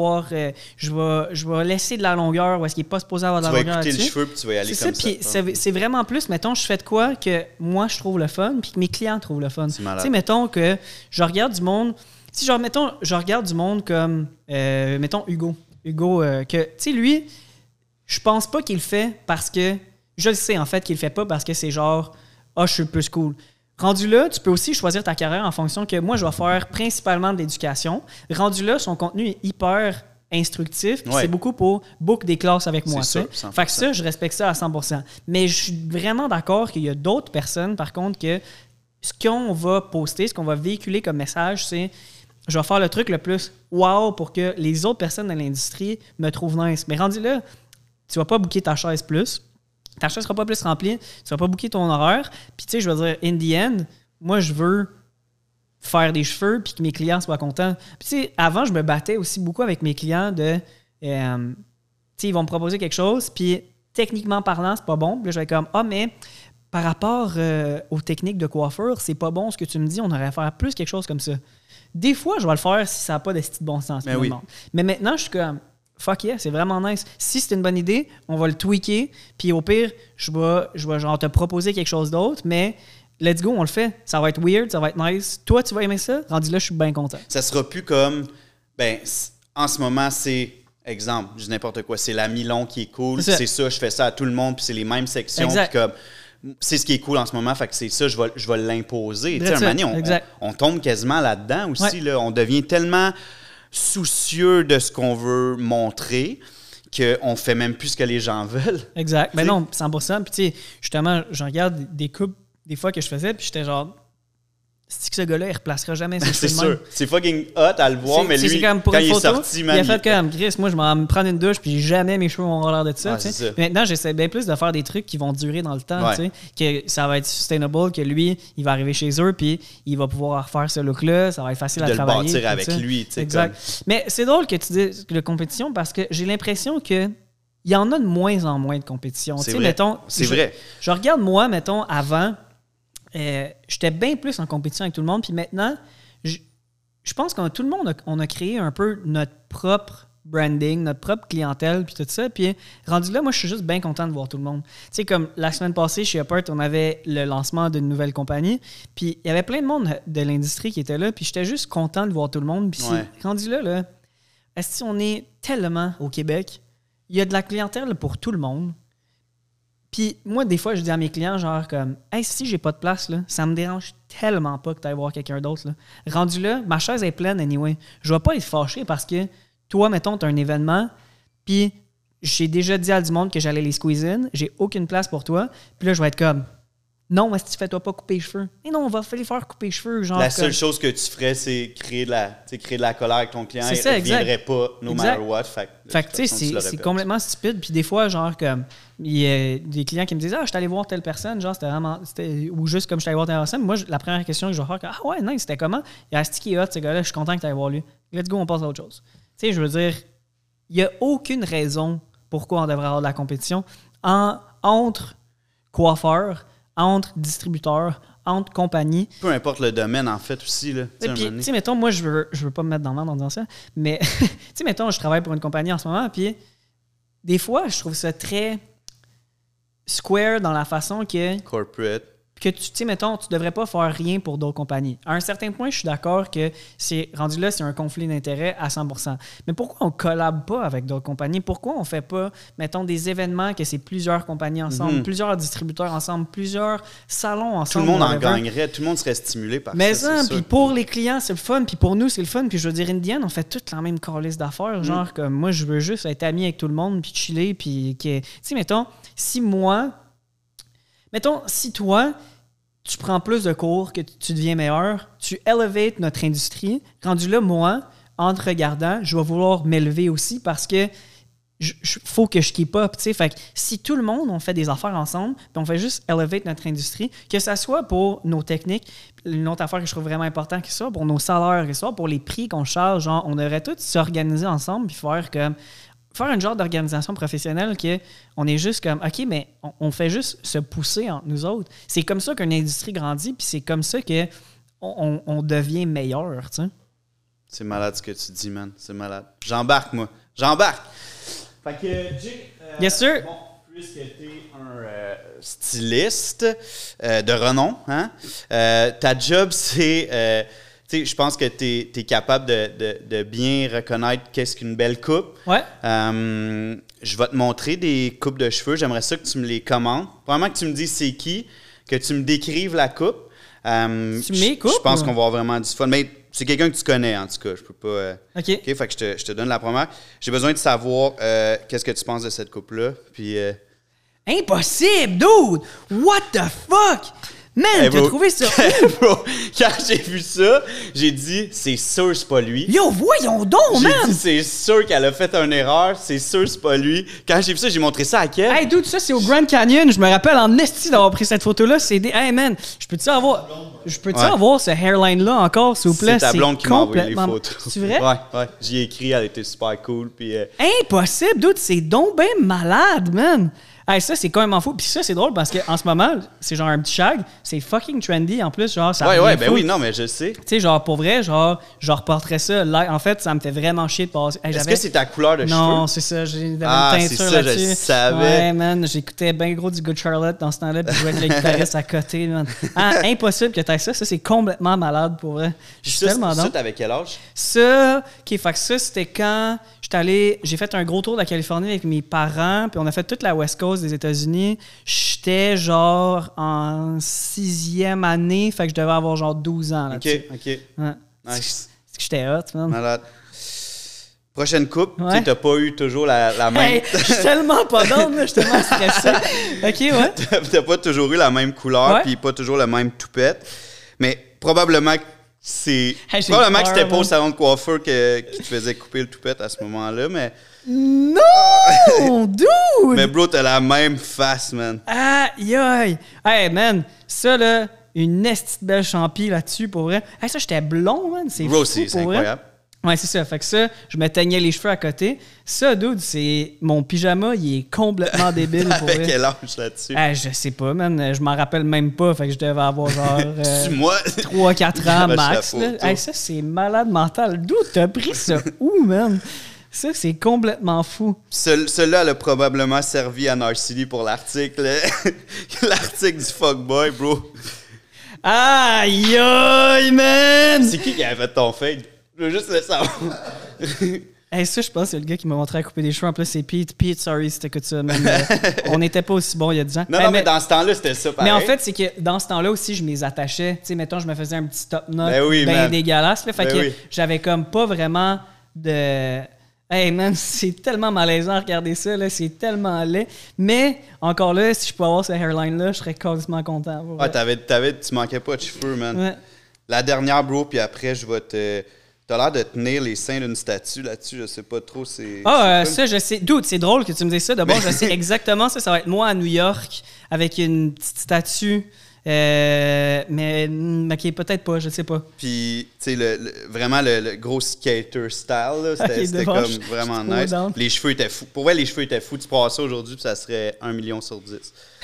vais laisser de la longueur où est-ce qu'il n'est pas supposé avoir de la longueur là-dessus. Tu vas écouter le cheveu puis tu vas y aller comme ça. Puis c'est vraiment plus, mettons, je fais de quoi que moi, je trouve le fun puis que mes clients trouvent le fun. C'est malade. Tu sais, mettons que je regarde du monde... Si genre, mettons, je regarde du monde comme, mettons, Hugo. Hugo, que, tu sais, lui, je pense pas qu'il le fait parce que... Je le sais, en fait, qu'il le fait pas parce que c'est genre, je suis plus cool. Rendu là, tu peux aussi choisir ta carrière en fonction que moi, je vais faire principalement de l'éducation. Rendu là, son contenu est hyper instructif. C'est beaucoup pour book des classes avec moi. C'est sûr, fait que ça, je respecte ça à 100%. Mais je suis vraiment d'accord qu'il y a d'autres personnes, par contre, que ce qu'on va poster, ce qu'on va véhiculer comme message, c'est je vais faire le truc le plus wow pour que les autres personnes de l'industrie me trouvent nice. Mais rendu là, tu vas pas booker ta chaise plus. Ta chaise sera pas plus remplie, tu vas pas booker ton horaire. Puis, tu sais, je veux dire, in the end, moi, je veux faire des cheveux puis que mes clients soient contents. Puis, tu sais, avant, je me battais aussi beaucoup avec mes clients de... tu sais, ils vont me proposer quelque chose, puis techniquement parlant, c'est pas bon. Puis là, je vais comme, mais par rapport aux techniques de coiffure, c'est pas bon ce que tu me dis, on aurait à faire plus quelque chose comme ça. Des fois, je vais le faire si ça n'a pas de style de bon sens. Mais, oui. Mais maintenant, je suis comme... Fuck yeah, c'est vraiment nice. Si c'est une bonne idée, on va le tweaker. Puis au pire, je vais genre te proposer quelque chose d'autre. Mais let's go, on le fait. Ça va être weird, ça va être nice. Toi, tu vas aimer ça? Rendu là, je suis bien content. Ça sera plus comme... en ce moment, c'est... Exemple, je dis n'importe quoi. C'est la mi-long qui est cool. C'est ça, je fais ça à tout le monde. Puis c'est les mêmes sections. Puis comme... C'est ce qui est cool en ce moment, fait que c'est ça, je vais l'imposer. Tu sais, un moment donné, on tombe quasiment là-dedans aussi. Là, on devient tellement... soucieux de ce qu'on veut montrer, qu'on fait même plus ce que les gens veulent. Exact. Mais non, 100%. Puis tu sais, justement, je regarde des coupes des fois que je faisais, puis j'étais genre, c'est que ce gars-là, il replacera jamais ses cheveux. C'est sûr. C'est fucking hot à le voir, mais lui, quand il est sorti, il a fait comme Chris, moi, je m'en prendre une douche, puis jamais mes cheveux vont avoir l'air de ça. Ça. Maintenant, j'essaie bien plus de faire des trucs qui vont durer dans le temps, que ça va être sustainable, que lui, il va arriver chez eux, puis il va pouvoir refaire ce look-là, ça va être facile à travailler. De le bâtir avec lui. Exact. Mais c'est drôle que tu dises de compétition, parce que j'ai l'impression que il y en a de moins en moins de compétition. C'est vrai. Mettons, c'est vrai. Je regarde moi, mettons, avant... j'étais bien plus en compétition avec tout le monde. Puis maintenant, je pense que tout le monde, on a créé un peu notre propre branding, notre propre clientèle, puis tout ça. Puis rendu là, moi, je suis juste bien content de voir tout le monde. Tu sais, comme la semaine passée, chez Upart, on avait le lancement d'une nouvelle compagnie. Puis il y avait plein de monde de l'industrie qui était là. Puis j'étais juste content de voir tout le monde. Puis rendu là, est-ce qu'on est tellement au Québec, il y a de la clientèle pour tout le monde. Puis moi, des fois, je dis à mes clients, genre comme, hey, si j'ai pas de place, là, ça me dérange tellement pas que tu ailles voir quelqu'un d'autre. Là. Rendu là, ma chaise est pleine anyway. Je vais pas être fâché parce que toi, mettons, tu as un événement, puis j'ai déjà dit à du monde que j'allais les squeeze in, j'ai aucune place pour toi, puis là, je vais être comme, non, est-ce que tu fais-toi pas couper les cheveux? Et non, on va les faire couper les cheveux. Genre la seule chose que tu ferais, c'est créer de la colère avec ton client. C'est ça, il ne viendrait pas, no matter what. Fait que, tu sais, c'est complètement stupide. Puis des fois, genre, comme, il y a des clients qui me disent, ah, je suis allé voir telle personne, genre, c'était vraiment. Ou juste comme je suis allé voir telle personne. Moi, la première question que je vais faire, ah ouais, non, c'était comment? Il y a Asti qui est hot, ce gars-là, je suis content que tu ailles voir lui. Let's go, on passe à autre chose. Tu sais, je veux dire, il n'y a aucune raison pourquoi on devrait avoir de la compétition entre coiffeurs, entre distributeurs, entre compagnies. Peu importe le domaine, en fait, aussi. Tu sais, mettons, moi, je veux pas me mettre dans le vent en disant ça, mais, tu sais, mettons, je travaille pour une compagnie en ce moment, puis des fois, je trouve ça très square dans la façon que... Corporate. Que tu sais, mettons, tu devrais pas faire rien pour d'autres compagnies. À un certain point, je suis d'accord que c'est rendu là, c'est un conflit d'intérêts à 100%. Mais pourquoi on collab pas avec d'autres compagnies? Pourquoi on fait pas, mettons, des événements que c'est plusieurs compagnies ensemble, plusieurs distributeurs ensemble, plusieurs salons ensemble? Tout le monde en gagnerait, tout le monde serait stimulé par mais ça. Puis pour les clients, c'est le fun, puis pour nous, c'est le fun. Puis je veux dire, Indian, on fait toute la même calice d'affaires. Genre, comme moi, je veux juste être ami avec tout le monde, puis chiller, puis... Tu sais, mettons, si toi, tu prends plus de cours, que tu deviens meilleur, tu elevates notre industrie. Rendu là, moi, en te regardant, je vais vouloir m'élever aussi parce que faut que je keep up. T'sais. Fait que si tout le monde, on fait des affaires ensemble, puis on fait juste elevate notre industrie, que ce soit pour nos techniques, une autre affaire que je trouve vraiment importante, que ce soit pour nos salaires, que ce soit pour les prix qu'on charge, genre, on devrait tous s'organiser ensemble puis faire une genre d'organisation professionnelle qu'on est juste comme, OK, mais on fait juste se pousser entre nous autres. C'est comme ça qu'une industrie grandit, puis c'est comme ça qu'on devient meilleur, tu sais. C'est malade ce que tu dis, man. C'est malade. J'embarque, moi. J'embarque! Fait que, Jake, yes, sir. Bon, puisque tu es un styliste de renom, hein? Ta job, c'est... tu sais, je pense que tu es capable de bien reconnaître qu'est-ce qu'une belle coupe. Ouais. Je vais te montrer des coupes de cheveux. J'aimerais ça que tu me les commandes. Probablement que tu me dises c'est qui, que tu me décrives la coupe. Tu mes coupes? Je pense qu'on va avoir vraiment du fun. Mais c'est quelqu'un que tu connais, en tout cas. Je peux pas... OK. Fait que je te donne la première. J'ai besoin de savoir qu'est-ce que tu penses de cette coupe-là. Puis... Impossible, dude! What the fuck? Man, hey, t'as trouvé ça bro, quand j'ai vu ça, j'ai dit, c'est sûr c'est pas lui. Yo, voyons donc, man! J'ai dit, c'est sûr qu'elle a fait une erreur, c'est sûr c'est pas lui. Quand j'ai vu ça, j'ai montré ça à Kev. Hey, dude, ça, c'est au Grand Canyon. Je me rappelle en esti d'avoir pris cette photo-là. C'est des... Hey, man, je peux-tu avoir ce hairline-là encore, s'il vous plaît? C'est ta blonde qui m'a envoyé les photos. C'est vrai? Ouais. J'y ai écrit, elle était super cool. Puis, Impossible, dude, c'est donc bien malade, man! Hey, ça, c'est quand même fou. Puis ça, c'est drôle parce qu'en ce moment, c'est genre un petit shag. C'est fucking trendy. En plus, genre, ça ouais, ben oui, non, mais je sais. Tu sais, genre, pour vrai, genre, je reporterais ça. Là, en fait, ça me fait vraiment chier de passer. Hey, est-ce que c'est ta couleur de cheveux? Non, c'est ça. J'ai une teinture c'est ça, là-dessus. Je savais. Ouais, man, j'écoutais bien gros du Good Charlotte dans ce temps-là. Puis je jouais avec le guitariste à côté, man. Impossible que t'aies ça. Ça, c'est complètement malade, pour vrai. Je suis tellement ça, t'avais quel âge? Ça, OK, fait que ça, c'était quand j'ai fait un gros tour de la Californie avec mes parents, puis on a fait toute la West Coast des États-Unis. J'étais genre en 6e année, fait que je devais avoir genre 12 ans là-dessus. OK. Ouais. Nice. C'est que j'étais hot, man. Malade. Prochaine coupe, tu t'as pas eu toujours la même... Hey, je suis tellement pas d'onde, je suis tellement stressé. OK, ouais. T'as pas toujours eu la même couleur, puis pas toujours le même toupette. Mais probablement que probablement que c'était pas au salon de coiffeur qui te faisait couper le toupette à ce moment-là, mais... Non! Dude! Mais bro, t'as la même face, man. Aïe! Hey, man, ça, là, une esti belle champi là-dessus, pour vrai. Hey, ça, j'étais blond, man. C'est bro, fou, c'est incroyable. Ouais, c'est ça. Fait que ça, je me teignais les cheveux à côté. Ça, dude, c'est... Mon pyjama, il est complètement débile pour Avec vrai. quel âge là-dessus? Je sais pas, man. Je m'en rappelle même pas. Fait que je devais avoir genre... moi? 3-4 ans max. Là. Ça, c'est malade mental. D'où t'as pris ça? Où, man? Ça, c'est complètement fou. Celui-là, elle a probablement servi à Narcity pour l'article. L'article du fuckboy, bro. Aïe, aïe, man! C'est qui avait fait ton fade? Je veux juste le savoir. Ça, je pense que c'est le gars qui m'a montré à couper des cheveux. En plus, c'est Pete. Pete, sorry si t'écoutes ça, man. On n'était pas aussi bon il y a 10 ans. Non, mais dans ce temps-là, c'était ça, pareil. Mais en fait, c'est que dans ce temps-là aussi, je me les attachais. Tu sais, mettons, je me faisais un petit top knot bien dégueulasse. Là, fait que j'avais comme pas vraiment de... Hey man, c'est tellement malaisant à regarder ça, là, c'est tellement laid. Mais encore là, si je peux avoir ce hairline-là, je serais quasiment content. Tu manquais pas de cheveux, man. Ouais. La dernière, bro, puis après, je vais te... T'as l'air de tenir les seins d'une statue là-dessus, je sais pas trop, c'est... Ça, je sais. Dude, c'est drôle que tu me dises ça. D'abord, je sais exactement ça. Ça va être moi à New York avec une petite statue. Mais qui est peut-être pas, je sais pas. Puis, tu sais, vraiment le gros skater style, là, c'était comme vraiment nice. Les cheveux étaient fous. Pour vrai, les cheveux étaient fous. Tu pourras ça aujourd'hui, puis ça serait 1 million sur 10.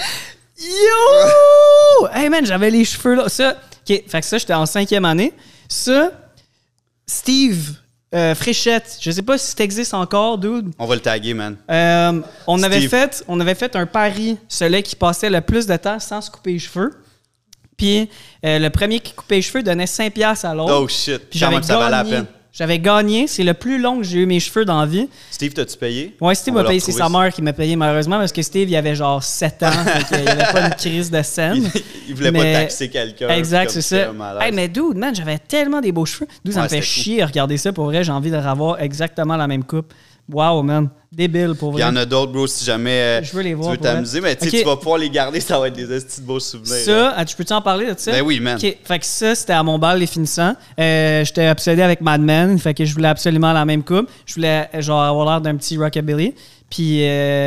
Yo! Hey man, j'avais les cheveux là. Ça, fait que ça, j'étais en 5e année. Ça, Steve Fréchette, je sais pas si ça existe encore, dude. On va le taguer, man. On avait fait un pari, celui qui passait le plus de temps sans se couper les cheveux. Puis le premier qui coupait les cheveux donnait 5$ à l'autre. Oh shit. Puis j'avais ça valait la peine. J'avais gagné. C'est le plus long que j'ai eu mes cheveux dans la vie. Steve, t'as-tu payé? Ouais, Steve m'a payé. C'est sa mère qui m'a payé, malheureusement, parce que Steve, il avait genre 7 ans. Il n'y avait pas une crise de scène. Il voulait pas taxer quelqu'un. Exact, c'est ça. Hey, mais dude, man, j'avais tellement des beaux cheveux. Dude, ça me fait chier à regarder ça. Pour vrai, j'ai envie de revoir exactement la même coupe. Wow, man. Débile, pour vrai. Il y en a d'autres, bro, si jamais je veux les voir, tu veux t'amuser. Mais tu vas pouvoir les garder, ça va être des petits beaux souvenirs. Ça, tu peux-tu en parler de ça? Ben oui, man. OK, fait que ça, c'était à mon bal, les finissants. J'étais obsédé avec Mad Men, fait que je voulais absolument la même coupe. Je voulais genre avoir l'air d'un petit rockabilly. Puis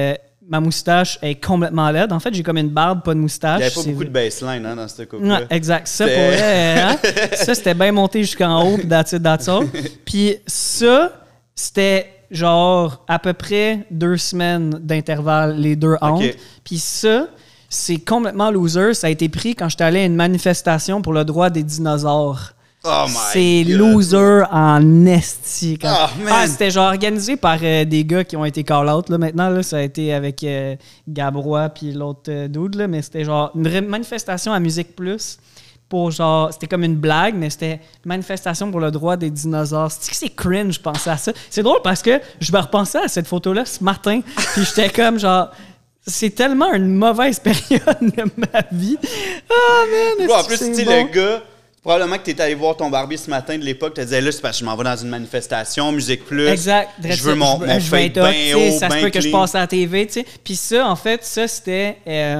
ma moustache est complètement laide. En fait, j'ai comme une barbe, pas de moustache. Il n'y avait pas beaucoup de baseline dans cette coupe-là. Ouais, exact. Ça, pour vrai, ça, c'était bien monté jusqu'en haut, puis that's all. Puis ça, c'était genre à peu près 2 semaines d'intervalle, les deux entre. Okay. Puis ça, c'est complètement loser. Ça a été pris quand j'étais allé à une manifestation pour le droit des dinosaures. Oh c'est loser en esti. C'était genre organisé par des gars qui ont été call-out. Là, maintenant, là, ça a été avec Gabrois puis l'autre dude. Là, mais c'était genre une manifestation à Musique Plus. Pour genre, c'était comme une blague, mais c'était une manifestation pour le droit des dinosaures. C'est cringe, je pensais à ça. C'est drôle parce que je me repensais à cette photo-là ce matin, puis j'étais comme genre, c'est tellement une mauvaise période de ma vie. Ah, man, en plus, tu sais, le gars, probablement que tu étais allé voir ton barbier ce matin de l'époque, tu te disais là, c'est parce que je m'en vais dans une manifestation, Musique Plus. Exact. Je veux mon fade bien haut, ça se peut que je passe à la TV, tu sais. Puis ça, en fait, ça, c'était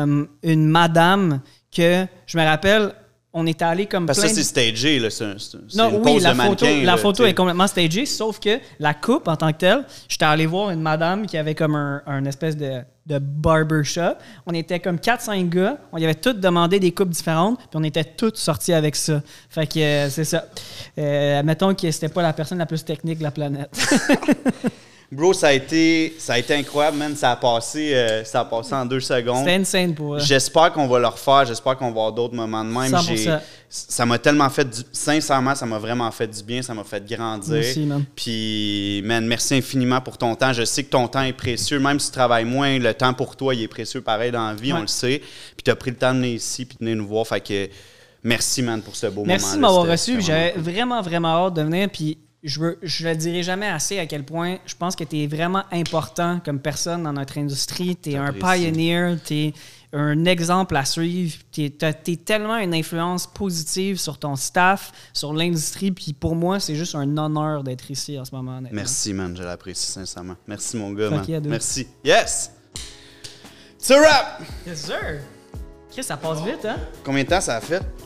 une madame que, je me rappelle, on était allé comme parce plein... Parce que ça, c'est stagé, là. C'est non, une oui, pose de mannequin. La photo est complètement stagée, sauf que la coupe, en tant que telle, j'étais allé voir une madame qui avait comme un espèce de barbershop. On était comme 4-5 gars. On y avait tous demandé des coupes différentes, puis on était tous sortis avec ça. Fait que c'est ça. Mettons que c'était pas la personne la plus technique de la planète. Bro, ça a été incroyable, man. Ça a passé en 2 secondes. C'était insane pour eux. J'espère qu'on va le refaire. J'espère qu'on va avoir d'autres moments de même. 100%. Ça m'a tellement fait sincèrement, ça m'a vraiment fait du bien. Ça m'a fait grandir. Merci, man. Puis, man, merci infiniment pour ton temps. Je sais que ton temps est précieux. Même si tu travailles moins, le temps pour toi, il est précieux pareil dans la vie, on le sait. Puis, tu as pris le temps de venir ici puis de venir nous voir. Fait que merci, man, pour ce beau moment-là. Merci de m'avoir reçu. J'avais vraiment, vraiment hâte de venir. Puis, je le dirai jamais assez à quel point je pense que tu es vraiment important comme personne dans notre industrie. Tu es un pioneer, tu es un exemple à suivre. Tu es tellement une influence positive sur ton staff, sur l'industrie. Puis pour moi, c'est juste un honneur d'être ici en ce moment. Honnêtement. Merci, man. Je l'apprécie sincèrement. Merci, mon gars, man. Yeah, merci. Yes! It's a wrap! Yes, sir! Ça passe vite, hein? Combien de temps ça a fait?